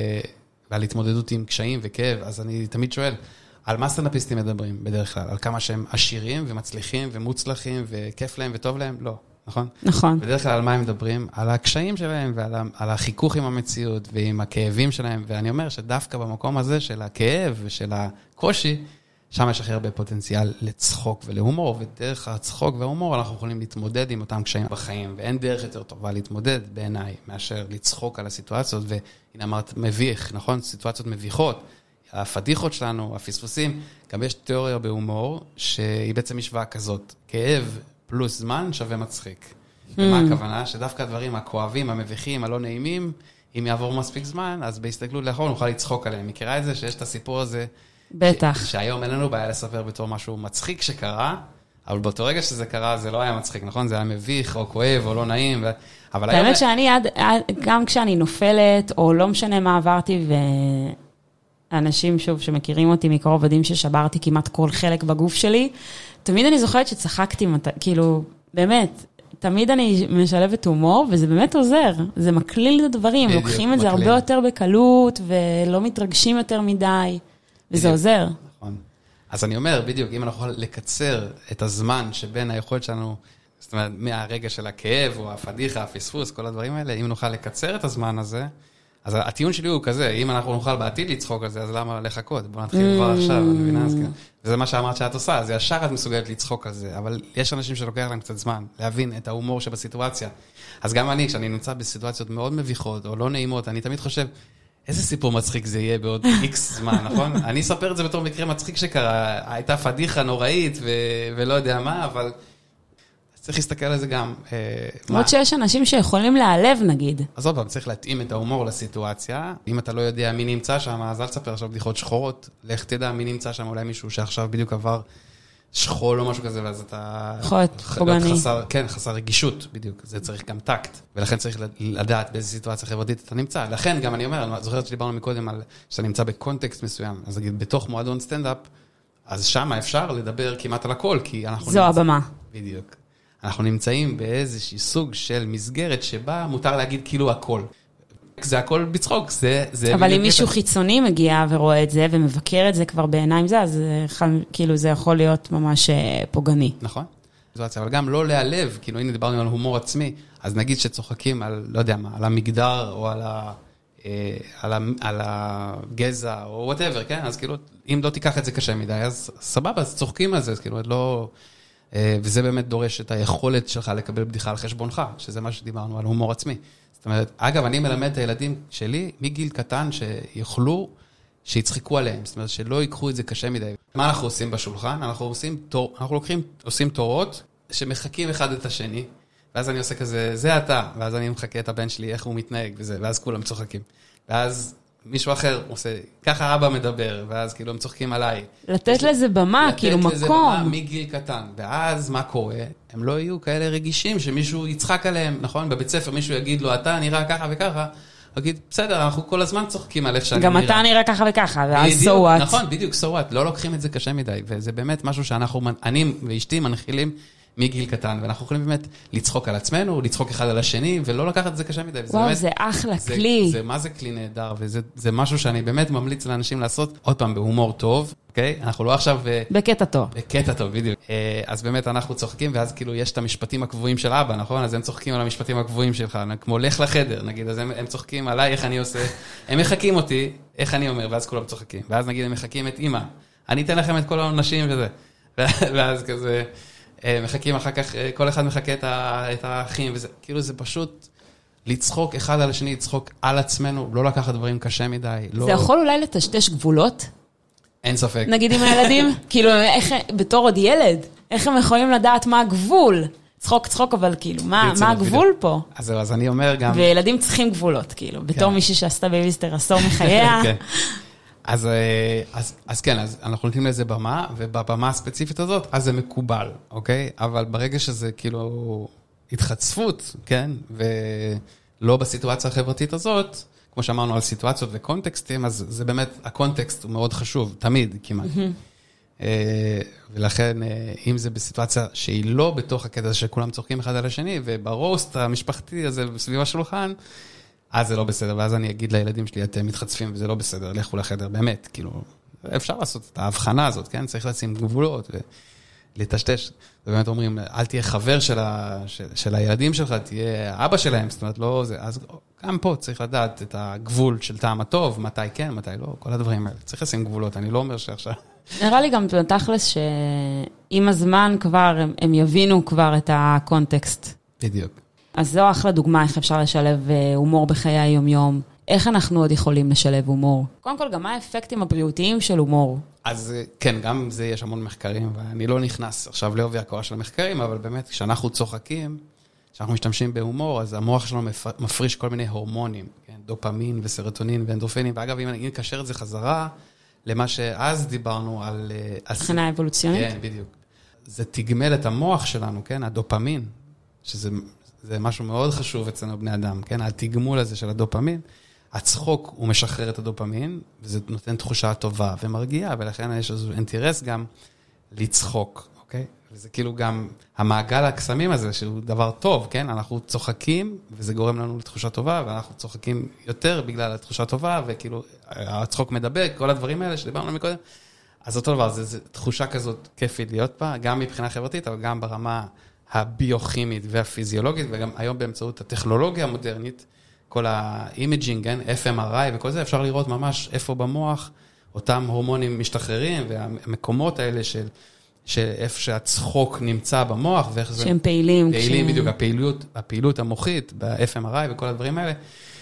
ועל התמודדות עם קשיים וכאב, אז אני תמיד שואל, על מה סטנדאפיסטים מדברים בדרך כלל? על כמה שהם עשירים ומצליחים ומוצלחים וכיף להם וטוב להם? לא. נכון? נכון. בדרך כלל על מה הם מדברים? על הקשיים שלהם ועל החיכוך עם המציאות ועם הכאבים שלהם, ואני אומר שדווקא במקום הזה של הכאב ושל הקושי, שם יש הכי הרבה פוטנציאל לצחוק ולהומור, ודרך הצחוק וההומור אנחנו יכולים להתמודד עם אותם קשיים בחיים, ואין דרך יותר טובה להתמודד בעיניי, מאשר לצחוק על הסיטואציות, והנה אמרת מביך, נכון? סיטואציות מביכות, הפדיחות שלנו, הפספוסים, גם יש תיאוריה בהומור, שהיא בעצם משוואה כזאת, כאב פלוס זמן שווה מצחיק. ומה הכוונה? שדווקא הדברים הכואבים, המביכים, הלא נעימים, אם יעבור מספיק זמן, אז בהסתכלות לאחור נוכל לצחוק עליהם. מכירה את זה שיש את הסיפור הזה, בטח. ש- שהיום אין לנו בעיה לספר בתור משהו מצחיק שקרה, אבל באותו רגע שזה קרה, זה לא היה מצחיק, נכון? זה היה מביך או כואב או לא נעים. ו... אבל היום... האמת שאני עד, עד, גם כשאני נופלת, או לא משנה מה עברתי, ואנשים שוב שמכירים אותי מקרוב יודעים ששברתי כמעט כל חלק בגוף שלי, תמיד אני זוכרת שצחקתי, כאילו, באמת, תמיד אני משלבת הומור, וזה באמת עוזר. זה מקליל את הדברים, בדיוק, לוקחים את זה מקליל. הרבה יותר בקלות, ולא מתרגשים יותר מדי, וזה בדיוק. עוזר. נכון. אז אני אומר, בדיוק, אם אנחנו יכולים לקצר את הזמן שבין היכולת שלנו, זאת אומרת, מהרגע של הכאב, או הפדיחה, הפספוס, כל הדברים האלה, אם נוכל לקצר את הזמן הזה, אז הטיעון שלי הוא כזה, אם אנחנו נוכל בעתיד לצחוק על זה, אז למה לחכות? בוא נתחיל כבר עכשיו, אני מבינה, אז כן. וזה מה שאמרת שאת עושה, אז ישר את מסוגלת לצחוק על זה, אבל יש אנשים שלוקח להם קצת זמן, להבין את ההומור שבסיטואציה. אז גם אני, כשאני נמצא בסיטואציות מאוד מביכות, או לא נעימות, אני תמיד חושב, איזה סיפור מצחיק זה יהיה בעוד איקס זמן, נכון? אני אספר את זה בתור מקרה מצחיק שקרה, הייתה פדיחה נוראית ו- ולא יודע מה, אבל צריך להסתכל על זה גם. למרות שיש אנשים שיכולים להעלב, נגיד. אז עוד פעם, צריך להתאים את ההומור לסיטואציה. אם אתה לא יודע מי נמצא שם, אז אל תספר עכשיו בדיחות שחורות. לך תדע מי נמצא שם, אולי מישהו שעכשיו בדיוק עבר שכול או משהו כזה, ואז אתה... חוט, פוגעני. חסר, כן, חסר רגישות, בדיוק. זה צריך גם טקט. ולכן צריך לדעת באיזו סיטואציה חברתית אתה נמצא. לכן גם אני אומר, אני זוכרת שדיברנו מקודם על שאתה נמצא בקונטקסט מסוים. אז נגיד, בתוך מועדון סטנדאפ, אז שם אפשר לדבר כמעט על הכל, כי אנחנו... זו הבמה. בדיוק. אנחנו נמצאים באיזושהי סוג של מסגרת שבה מותר להגיד כאילו הכל. זה הכל בצחוק, זה... זה אבל אם מישהו חיצוני מגיע ורואה את זה ומבקר את זה כבר בעיניים זה, אז כאילו זה יכול להיות ממש פוגעני. נכון. אבל גם לא להיעלב, כאילו הנה דיברנו על הומור עצמי, אז נגיד שצוחקים על, לא יודע מה, על המגדר או על ה... על, ה, על הגזע או whatever, כן? אז כאילו, אם לא תיקח את זה קשה מדי, אז סבבה, אז צוחקים על זה, אז כאילו, לא... וזה באמת דורש את היכולת שלך לקבל בדיחה על חשבונך, שזה מה שדיברנו על הומור עצמי. זאת אומרת, אגב, אני מלמד את הילדים שלי מגיל קטן שיוכלו, שיצחקו עליהם, זאת אומרת, שלא ייקחו את זה קשה מדי. מה אנחנו עושים בשולחן? אנחנו עושים תור, אנחנו לוקחים, עושים תורות שמחכים אחד את השני, ואז אני עושה כזה, זה אתה, ואז אני מחכה את הבן שלי, איך הוא מתנהג וזה, ואז כולם צוחקים. ואז מישהו אחר עושה, ככה אבא מדבר, ואז כאילו הם צוחקים עליי. לתת לזה במה, כאילו מקום. לתת לזה במה מגיל קטן. ואז מה קורה? הם לא יהיו כאלה רגישים שמישהו יצחק עליהם, נכון? בבית ספר מישהו יגיד לו, אתה נראה ככה וככה, הוא יגיד, בסדר, אנחנו כל הזמן צוחקים על איך שאני נראה. גם אתה נראה ככה וככה, ואז so what. נכון, בדיוק, so what. לא לוקחים את זה קשה מדי, וזה באמת משהו שאנחנו, אני ואשתי מנחילים מגיל קטן, ואנחנו יכולים באמת לצחוק על עצמנו, לצחוק אחד על השני, ולא לקחת את זה קשה מדי. וואו, באמת, זה אחלה זה, כלי. זה, מה זה כלי נהדר, וזה זה משהו שאני באמת ממליץ לאנשים לעשות, עוד פעם, בהומור טוב, אוקיי? אנחנו לא עכשיו... בקטע טוב. בקטע טוב, בדיוק. אז באמת אנחנו צוחקים, ואז כאילו יש את המשפטים הקבועים של אבא, נכון? אז הם צוחקים על המשפטים הקבועים שלך, כמו לך לחדר, נגיד, אז הם, הם צוחקים עליי, איך אני עושה, הם מחכים אותי, איך אני אומר, ואז כולם צוחקים. ואז נגיד, הם מחכים את אמא. אני אתן לכם את כל האנשים וזה. ואז כזה... מחכים אחר כך, כל אחד מחכה את האחים, וזה, כאילו זה פשוט לצחוק אחד על השני, לצחוק על עצמנו, לא לקחת דברים קשה מדי. זה יכול אולי לטשטש גבולות? אין ספק. נגיד עם הילדים, כאילו, בתור עוד ילד, איך הם יכולים לדעת מה הגבול? צחוק, צחוק, אבל כאילו, מה הגבול פה? אז זהו, אז אני אומר גם... וילדים צריכים גבולות, כאילו, בתור מישהי שעשתה בייביסטר עשור מחייה. אז, אז, אז כן, אז אנחנו נותנים לזה במה, ובבמה הספציפית הזאת, אז זה מקובל, אוקיי? אבל ברגע שזה כאילו התחצפות, כן? ולא בסיטואציה החברתית הזאת, כמו שאמרנו על סיטואציות וקונטקסטים, אז זה באמת, הקונטקסט הוא מאוד חשוב, תמיד, כמעט. ולכן, אם זה בסיטואציה שהיא לא בתוך הקטע הזה שכולם צוחקים אחד על השני, וברוסט המשפחתי הזה סביב השולחן, אז זה לא בסדר, ואז אני אגיד לילדים שלי, אתם מתחצפים, וזה לא בסדר, לכו לחדר, באמת, כאילו, אפשר לעשות את ההבחנה הזאת, כן? צריך לשים גבולות, ו... לטשטש. ובאמת אומרים, אל תהיה חבר של, ה, של, של הילדים שלך, תהיה אבא שלהם, זאת אומרת, לא זה. אז גם פה צריך לדעת את הגבול של טעם הטוב, מתי כן, מתי לא, כל הדברים האלה. צריך לשים גבולות, אני לא אומר שעכשיו... נראה לי גם תכלס שעם הזמן כבר, הם, הם יבינו כבר את הקונטקסט. בדיוק. אז זו אחלה דוגמה, איך אפשר לשלב הומור בחיי היום-יום. איך אנחנו עוד יכולים לשלב הומור? קודם כל, גם מה האפקטים הבריאותיים של הומור? אז כן, גם זה יש המון מחקרים, ואני לא נכנס עכשיו לעובי הקורה של המחקרים, אבל באמת, כשאנחנו צוחקים, כשאנחנו משתמשים בהומור, אז המוח שלנו מפריש כל מיני הורמונים, כן? דופמין וסרוטונין ואנדורפינים, ואגב, אם אני אקשר את זה חזרה, למה שאז דיברנו על... מבחינה אבולוציונית? כן, בדיוק. זה תגמל את המוח שלנו, כן? הדופמין, שזה זה משהו מאוד חשוב אצלנו בני אדם, כן? התגמול הזה של הדופמין, הצחוק הוא משחרר את הדופמין, וזה נותן תחושה טובה ומרגיעה, ולכן יש איזו אינטרס גם לצחוק, אוקיי? וזה כאילו גם המעגל הקסמים הזה, שהוא דבר טוב, כן? אנחנו צוחקים, וזה גורם לנו לתחושה טובה, ואנחנו צוחקים יותר בגלל התחושה טובה, וכאילו הצחוק מדבק, כל הדברים האלה שדיברנו מקודם. אז אותו דבר, זו תחושה כזאת כיפית להיות בה, גם מבחינה חברתית, אבל גם ברמה הביוכימית והפיזיולוגית, וגם היום באמצעות הטכנולוגיה המודרנית, כל האימג'ינג, אף אם אר איי וכל זה, אפשר לראות ממש איפה במוח אותם הורמונים משתחררים, והמקומות האלה של, שאיפה שהצחוק נמצא במוח, ואיך זה... שהם פעילים. פעילים, בדיוק, הפעילות, הפעילות המוחית, ב-אף אם אר איי וכל הדברים האלה,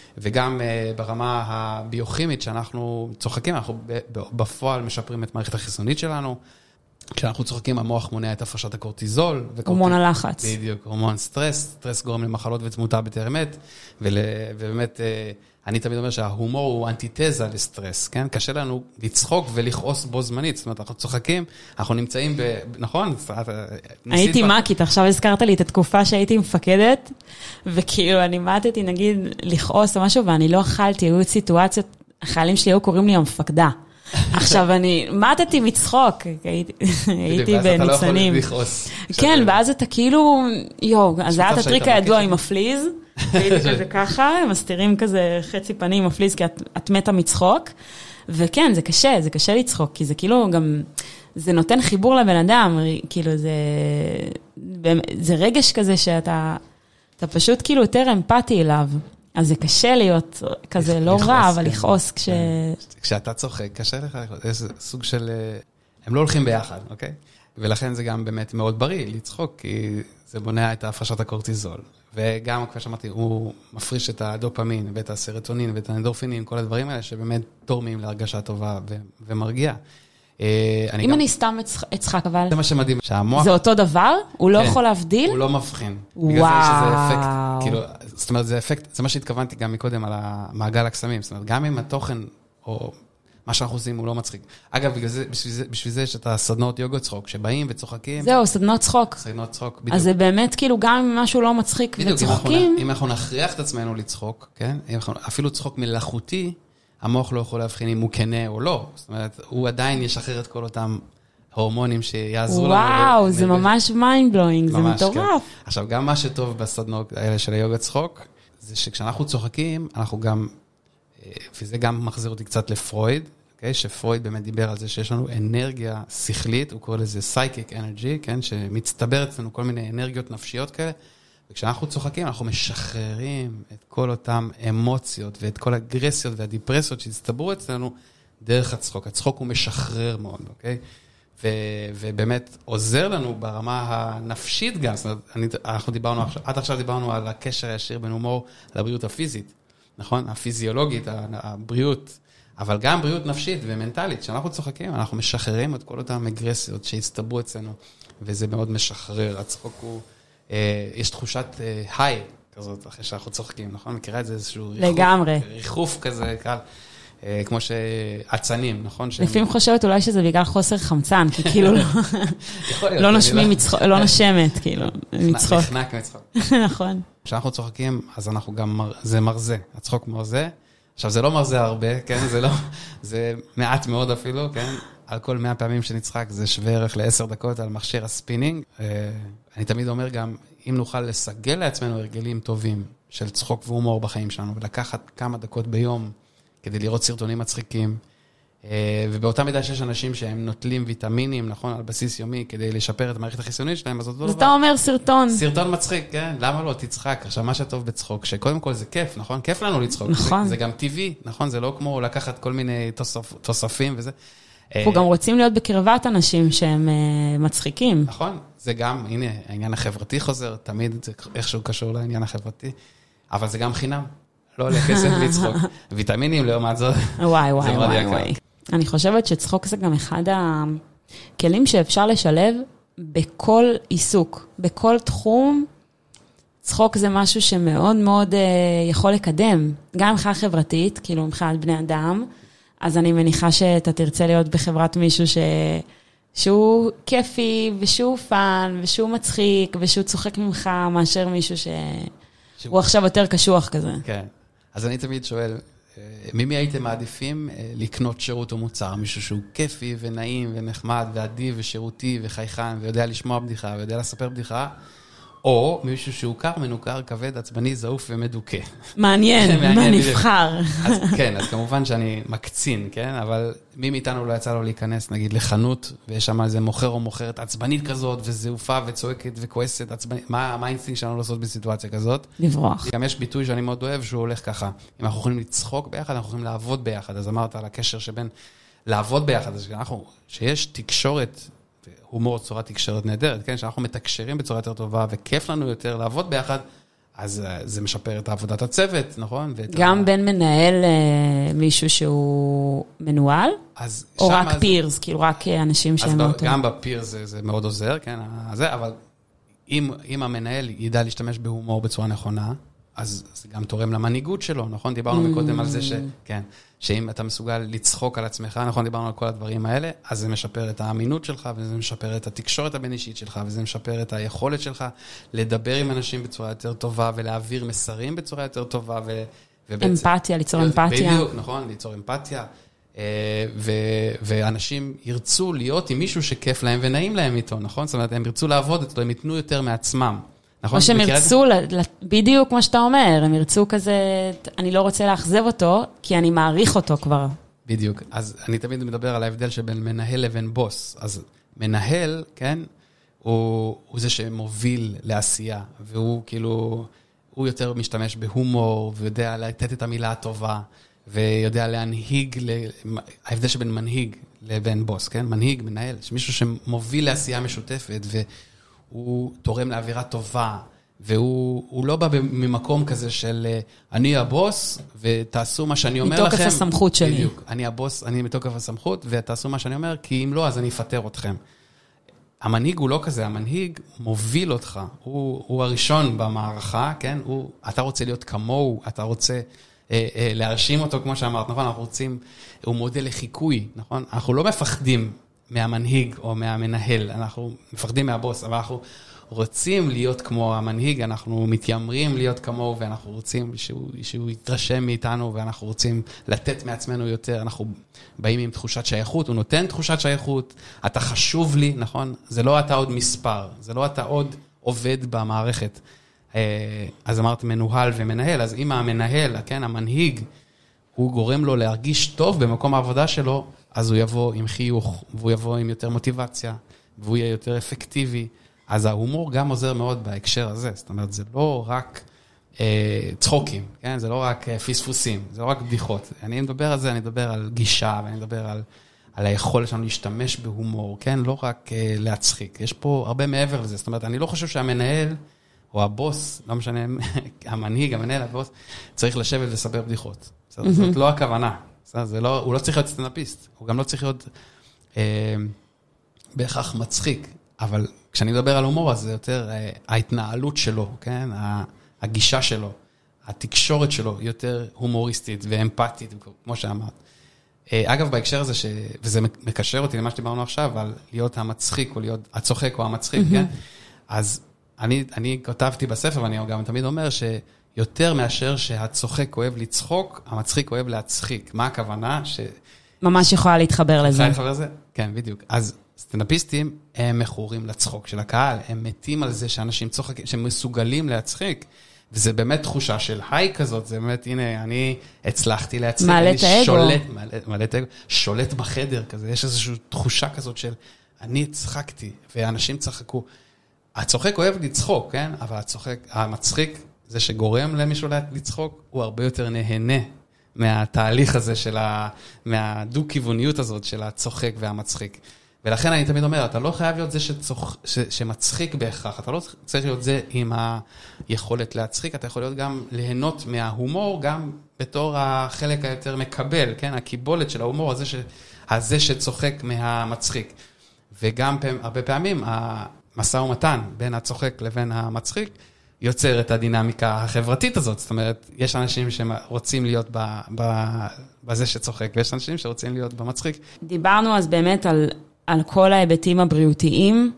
וגם uh, ברמה הביוכימית שאנחנו צוחקים, אנחנו בפועל משפרים את מערכת החיסונית שלנו, כשאנחנו צוחקים, המוח מונע את הפרשת הקורטיזול. הורמון הלחץ. בדיוק, הורמון סטרס, סטרס גורם למחלות ותמותה בטרם עת, ובאמת, אני תמיד אומר שההומור הוא אנטיתזה לסטרס, כן? קשה לנו לצחוק ולכעוס בו זמנית, זאת אומרת, אנחנו צוחקים, אנחנו נמצאים ב... נכון? הייתי מקית, עכשיו הזכרת לי את התקופה שהייתי מפקדת, וכאילו אני מעטתי, נגיד, לכעוס או משהו, ואני לא אכלתי, היו סיטואציות, החיילים שלי היו קוראים לי המפקדה. עכשיו אני, מעטתי מצחוק, הייתי בניצנים. כן, ואז אתה כאילו, יו, אז היה את הטריק הידוע עם הפליז, הייתי כזה ככה, הם מסתירים כזה חצי פנים עם הפליז, כי את מתה מצחוק, וכן, זה קשה, זה קשה לצחוק, כי זה כאילו גם, זה נותן חיבור לבן אדם, כאילו זה, זה רגש כזה שאתה, אתה פשוט כאילו יותר אמפתי אליו. אז זה קשה להיות כזה לא רע, אבל לכעוס כש... כשאתה צוחק, קשה לך לכעוס. יש סוג של... הם לא הולכים ביחד, אוקיי? ולכן זה גם באמת מאוד בריא לצחוק, כי זה מונע את הפרשת הקורטיזול. וגם, כמו שאמרתי, הוא מפריש את הדופמין ואת הסרוטונין ואת האנדורפינים, כל הדברים האלה שבאמת תורמים להרגשה טובה ומרגיעה. אם אני סתם אצחק, אבל... זה מה שמדהים, שהמוח... זה אותו דבר? הוא לא יכול להבדיל? הוא לא מבחין. בגלל זה שזה אפקט, כאילו, זאת אומרת, זה אפקט, זה מה שהתכוונתי גם מקודם על המעגל הקסמים, זאת אומרת, גם אם התוכן, או מה שאנחנו עושים, הוא לא מצחיק. אגב, בשביל זה יש את הסדנות יוגה צחוק, שבאים וצוחקים. זהו, סדנות צחוק. סדנות צחוק, בדיוק. אז זה באמת, כאילו, גם אם משהו לא מצחיק וצוחקים... אם אנחנו נכריח את עצמנו לצחוק, כן? אפילו צחוק מלאכותי, המוח לא יכול להבחין אם הוא כנה או לא. זאת אומרת, הוא עדיין ישחרר את כל אותם הורמונים שיעזרו לנו. וואו, זה ממש mind blowing, זה מטורף. עכשיו, גם מה שטוב בסדנות האלה של היוגה צחוק, זה שכשאנחנו צוחקים, אנחנו גם, וזה גם מחזיר אותי קצת לפרויד, שפרויד באמת דיבר על זה שיש לנו אנרגיה שכלית, הוא קורא לזה psychic energy, שמצטבר אצלנו כל מיני אנרגיות נפשיות כאלה, וכשאנחנו צוחקים, אנחנו משחררים את כל אותם אמוציות ואת כל האגרסיות והדיפרסיות שהצטברו אצלנו דרך הצחוק. הצחוק הוא משחרר מאוד, אוקיי? ו- ובאמת עוזר לנו ברמה הנפשית גם. זאת אומרת, אני, אנחנו דיברנו, עד עכשיו דיברנו על הקשר הישיר בין הומור לבריאות הפיזית, נכון? הפיזיולוגית, הבריאות, אבל גם בריאות נפשית ומנטלית. כשאנחנו צוחקים, אנחנו משחררים את כל אותם אגרסיות שהצטברו אצלנו, וזה מאוד משחרר. הצחוק הוא... יש תחושת היי כזאת, אחרי שאנחנו צוחקים, נכון? מכירה את זה איזשהו ריחוף. לגמרי. ריחוף כזה, קל, כמו שעצנים, נכון? לפעמים חושבת אולי שזה בגלל חוסר חמצן, כי כאילו לא נושמים מצחוק, לא נשמת, כאילו, מצחוק. נחנק מצחוק. נכון. כשאנחנו צוחקים, אז אנחנו גם, זה מרזה, הצחוק מרזה. עכשיו, זה לא מרזה הרבה, כן? זה לא, זה מעט מאוד אפילו, כן? על כל מאה פעמים שנצחק, זה שווה ערך לעשר דקות על מכשיר הספינינג. אני תמיד אומר גם, אם נוכל לסגל לעצמנו הרגלים טובים של צחוק והומור בחיים שלנו, ולקחת כמה דקות ביום כדי לראות סרטונים מצחיקים, ובאותה מידה שיש אנשים שהם נוטלים ויטמינים, נכון, על בסיס יומי, כדי לשפר את המערכת החיסונית שלהם, אז אותו אז אתה אומר סרטון. סרטון מצחיק, כן, למה לא? תצחק. עכשיו, מה שטוב בצחוק, שקודם כל זה כיף, נכון? כיף לנו לצחוק. נכון. זה, זה גם טבעי, נכון? זה לא כמו לקחת כל מיני תוספ, תוספים וזה. אנחנו גם רוצים להיות בקרבת אנשים שהם מצחיקים. נכון, זה גם, הנה, העניין החברתי חוזר, תמיד זה איכשהו קשור לעניין החברתי, אבל זה גם חינם, לא עולה כסף לצחוק. ויטמינים לעומת זאת, וואי, וואי, וואי, וואי. אני חושבת שצחוק זה גם אחד הכלים שאפשר לשלב בכל עיסוק, בכל תחום. צחוק זה משהו שמאוד מאוד יכול לקדם, גם מבחינה חברתית, כאילו מבחינת בני אדם, אז אני מניחה שאתה תרצה להיות בחברת מישהו ש... שהוא כיפי, ושהוא פן, ושהוא מצחיק, ושהוא צוחק ממך, מאשר מישהו שהוא שהוא... עכשיו יותר קשוח כזה. כן. אז אני תמיד שואל, ממי הייתם מעדיפים לקנות שירות או מוצר? מישהו שהוא כיפי ונעים ונחמד ועדיף ושירותי וחייכן, ויודע לשמוע בדיחה, ויודע לספר בדיחה, או מישהו שהוא קר, מנוכר, כבד, עצבני, זעוף ומדוכא. מעניין, מה נבחר? אז, כן, אז כמובן שאני מקצין, כן? אבל מי מאיתנו לא יצא לו להיכנס, נגיד, לחנות, ויש שם איזה מוכר או מוכרת עצבנית כזאת, וזעופה וצועקת וכועסת, עצבנית. מה, מה האינסטינקט שלנו לעשות בסיטואציה כזאת? לברוח. גם יש ביטוי שאני מאוד אוהב, שהוא הולך ככה. אם אנחנו יכולים לצחוק ביחד, אנחנו יכולים לעבוד ביחד. אז אמרת על הקשר שבין לעבוד ביחד, אז אנחנו, שיש תקשורת, הומור צורת תקשרת נהדרת, כן? שאנחנו מתקשרים בצורה יותר טובה, וכיף לנו יותר לעבוד ביחד, אז זה משפר את עבודת הצוות, נכון? גם ה... בין מנהל מישהו שהוא מנוהל, או רק אז... פירס, כאילו רק אנשים שהם מאוד טוב. גם בפירס זה, זה מאוד עוזר, כן? זה, אבל אם, אם המנהל ידע להשתמש בהומור בצורה נכונה, אז זה גם תורם למנהיגות שלו, נכון? דיברנו מקודם על זה ש... כן. שאם אתה מסוגל לצחוק על עצמך, נכון, דיברנו על כל הדברים האלה, אז זה משפר את האמינות שלך, וזה משפר את התקשורת הבין-אישית שלך, וזה משפר את היכולת שלך לדבר עם אנשים בצורה יותר טובה, ולהעביר מסרים בצורה יותר טובה, ו... אמפתיה, ליצור אמפתיה. בדיוק, נכון, ליצור אמפתיה, ו... ואנשים ירצו להיות עם מישהו שכיף להם ונעים להם איתו, נכון? זאת אומרת, הם ירצו לעבוד איתו, הם ייתנו יותר מעצמם. או שהם ירצו, בדיוק כמו שאתה אומר, הם ירצו כזה, אני לא רוצה לאכזב אותו, כי אני מעריך אותו כבר. בדיוק. אז אני תמיד מדבר על ההבדל שבין מנהל לבין בוס. אז מנהל, כן, הוא, הוא זה שמוביל לעשייה, והוא כאילו, הוא יותר משתמש בהומור, ויודע לתת את המילה הטובה, ויודע להנהיג, ההבדל שבין מנהיג לבין בוס, כן? מנהיג, מנהל, מישהו שמוביל לעשייה משותפת, ו... הוא תורם לאווירה טובה, והוא לא בא ממקום כזה של אני הבוס, ותעשו מה שאני אומר לכם. מתוקף הסמכות שלי. בדיוק, אני הבוס, אני מתוקף הסמכות, ותעשו מה שאני אומר, כי אם לא, אז אני אפטר אתכם. המנהיג הוא לא כזה, המנהיג מוביל אותך, הוא, הוא הראשון במערכה, כן? הוא, אתה רוצה להיות כמוהו, אתה רוצה אה, אה, להרשים אותו, כמו שאמרת, נכון? אנחנו רוצים, הוא מודל לחיקוי, נכון? אנחנו לא מפחדים מהמנהיג או מהמנהל, אנחנו מפחדים מהבוס, אבל אנחנו רוצים להיות כמו המנהיג, אנחנו מתיימרים להיות כמוהו, ואנחנו רוצים שהוא, שהוא יתרשם מאיתנו, ואנחנו רוצים לתת מעצמנו יותר, אנחנו באים עם תחושת שייכות, הוא נותן תחושת שייכות, אתה חשוב לי, נכון? זה לא אתה עוד מספר, זה לא אתה עוד עובד במערכת. אז אמרת מנוהל ומנהל, אז אם המנהל, כן, המנהיג, הוא גורם לו להרגיש טוב במקום העבודה שלו, אז הוא יבוא עם חיוך, והוא יבוא עם יותר מוטיבציה, והוא יהיה יותר אפקטיבי. אז ההומור גם עוזר מאוד בהקשר הזה. זאת אומרת, זה לא רק אה, צחוקים, כן? זה לא רק אה, פספוסים, זה לא רק בדיחות. אני מדבר על זה, אני מדבר על גישה, ואני מדבר על, על היכולת שלנו להשתמש בהומור, כן? לא רק אה, להצחיק. יש פה הרבה מעבר לזה. זאת אומרת, אני לא חושב שהמנהל או הבוס, לא משנה, המנהיג, המנהל, הבוס, צריך לשבת ולספר בדיחות. זאת, mm-hmm. זאת לא הכוונה. זה לא, הוא לא צריך להיות סטנדאפיסט, הוא גם לא צריך להיות אה, בהכרח מצחיק, אבל כשאני מדבר על הומור, אז זה יותר אה, ההתנהלות שלו, כן? הגישה שלו, התקשורת שלו, יותר הומוריסטית ואמפתית, כמו שאמרת. אה, אגב, בהקשר הזה, ש... וזה מקשר אותי למה שדיברנו עכשיו, על להיות המצחיק, או להיות הצוחק או המצחיק, mm-hmm. כן? אז אני, אני כותבתי בספר, ואני גם תמיד אומר ש... יותר מאשר שהצוחק אוהב לצחוק, המצחיק אוהב להצחיק. מה הכוונה? ש... ממש יכולה להתחבר לזה. יכולה להתחבר לזה? כן, בדיוק. אז סטנדאפיסטים הם מכורים לצחוק של הקהל, הם מתים על זה שאנשים צוחקים, שהם מסוגלים להצחיק, וזה באמת תחושה של היי כזאת, זה באמת, הנה, אני הצלחתי להצליח. מעלה את האגו. שולט, מעלה את האגו, שולט בחדר כזה, יש איזושהי תחושה כזאת של, אני צחקתי, ואנשים צחקו. הצוחק אוהב לצחוק, כן? אבל הצוחק, המצחיק, זה שגורם למישהו לצחוק, הוא הרבה יותר נהנה מהתהליך הזה של ה... מהדו-כיווניות הזאת של הצוחק והמצחיק. ולכן אני תמיד אומר, אתה לא חייב להיות זה שצוח... ש... שמצחיק בהכרח, אתה לא צריך להיות זה עם היכולת להצחיק, אתה יכול להיות גם ליהנות מההומור, גם בתור החלק היותר מקבל, כן? הקיבולת של ההומור הזה, ש... הזה שצוחק מהמצחיק. וגם פעם, הרבה פעמים, המשא ומתן בין הצוחק לבין המצחיק, יוצר את הדינמיקה החברתית הזאת. זאת אומרת, יש אנשים שרוצים להיות ב... ב... בזה שצוחק, ויש אנשים שרוצים להיות במצחיק. דיברנו אז באמת על... על כל ההיבטים הבריאותיים,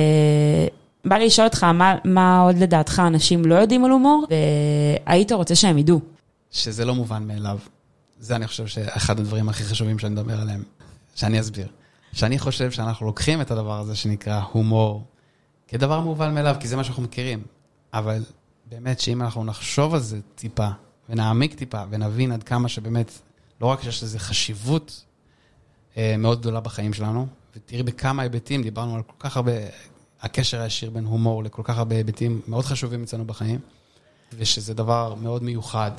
ובא לי לשאול אותך, מה, מה עוד לדעתך אנשים לא יודעים על הומור, והיית רוצה שהם ידעו? שזה לא מובן מאליו. זה אני חושב שאחד הדברים הכי חשובים שאני מדבר עליהם, שאני אסביר. שאני חושב שאנחנו לוקחים את הדבר הזה שנקרא הומור, כדבר מובן מאליו, כי זה מה שאנחנו מכירים. אבל באמת שאם אנחנו נחשוב על זה טיפה, ונעמיק טיפה, ונבין עד כמה שבאמת, לא רק שיש לזה חשיבות מאוד גדולה בחיים שלנו, ותראי בכמה היבטים, דיברנו על כל כך הרבה, הקשר הישיר בין הומור לכל כך הרבה היבטים מאוד חשובים אצלנו בחיים, ושזה דבר מאוד מיוחד,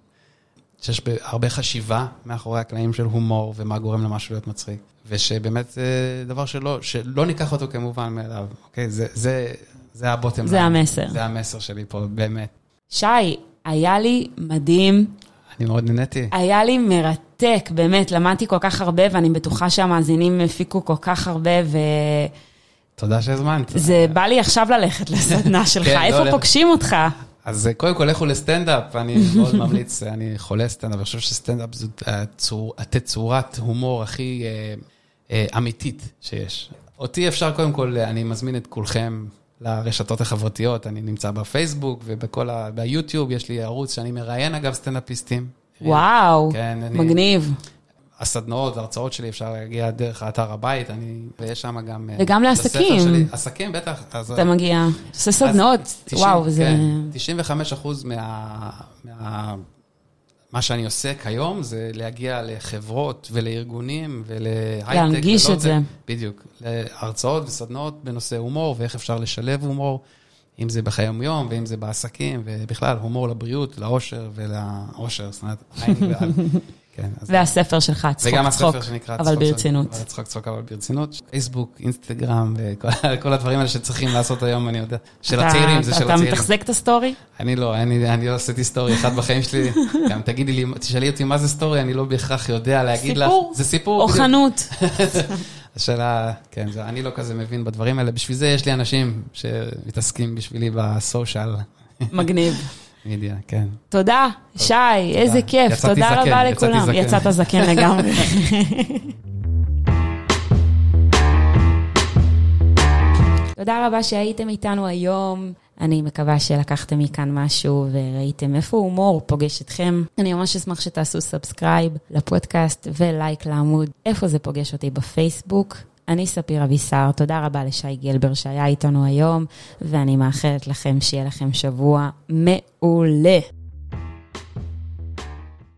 שיש הרבה חשיבה מאחורי הקלעים של הומור, ומה גורם למשהו להיות מצחיק, ושבאמת זה דבר שלא, שלא ניקח אותו כמובן מאליו, אוקיי? זה, זה, זה הבוטם. זה המסר. זה המסר שלי פה, באמת. שי, היה לי מדהים. אני מאוד נהניתי. היה לי מרתק, באמת, למדתי כל כך הרבה, ואני בטוחה שהמאזינים הפיקו כל כך הרבה, ו... תודה שהזמנת. זה בא לי עכשיו ללכת לסדנה שלך, איפה פוגשים אותך? אז קודם כל, לכו לסטנדאפ, אני מאוד ממליץ, אני חולה סטנדאפ, אני חושב שסטנדאפ זאת התצורת הומור הכי אמיתית שיש. אותי אפשר קודם כל, אני מזמין את כולכם לרשתות החברתיות, אני נמצא בפייסבוק ובכל ה... ביוטיוב, יש לי ערוץ שאני מראיין אגב סטנדאפיסטים. וואו, כן, אני... מגניב. הסדנאות, ההרצאות שלי אפשר להגיע דרך האתר הבית, אני... ויש שם גם... וגם לעסקים. עסקים, בטח. אז... אתה מגיע, עושה סדנאות, תשעים, וואו, זה... כן, תשעים וחמישה אחוז מה... מה... מה שאני עושה כיום זה להגיע לחברות ולארגונים ולהייטק. להנגיש את זה. בדיוק. להרצאות וסדנאות בנושא הומור ואיך אפשר לשלב הומור, אם זה בחיים יום ואם זה בעסקים, ובכלל הומור לבריאות, לאושר ולאושר. זאת אומרת, עין ועל. כן, והספר שלך, צחוק צחוק, אבל ברצינות. צחוק צחוק, אבל ברצינות. פייסבוק, אינסטגרם, וכל הדברים האלה שצריכים לעשות היום, אני יודע. של הצעירים, זה של הצעירים. אתה מתחזק את הסטורי? אני לא, אני לא עשיתי סטורי אחד בחיים שלי. גם תגידי לי, תשאלי אותי מה זה סטורי, אני לא בהכרח יודע להגיד לך. סיפור? זה סיפור. או חנות. השאלה, כן, אני לא כזה מבין בדברים האלה. בשביל זה יש לי אנשים שמתעסקים בשבילי בסושיאל. מגניב. מידיה, כן. תודה, שי, איזה כיף. תודה רבה לכולם. יצאת זקן לגמרי. תודה רבה שהייתם איתנו היום. אני מקווה שלקחתם מכאן משהו וראיתם איפה הומור פוגש אתכם. אני ממש אשמח שתעשו סאבסקרייב לפודקאסט ולייק לעמוד. איפה זה פוגש אותי בפייסבוק. אני ספיר אבישר, תודה רבה לשי גלבר שהיה איתנו היום, ואני מאחלת לכם שיהיה לכם שבוע מעולה.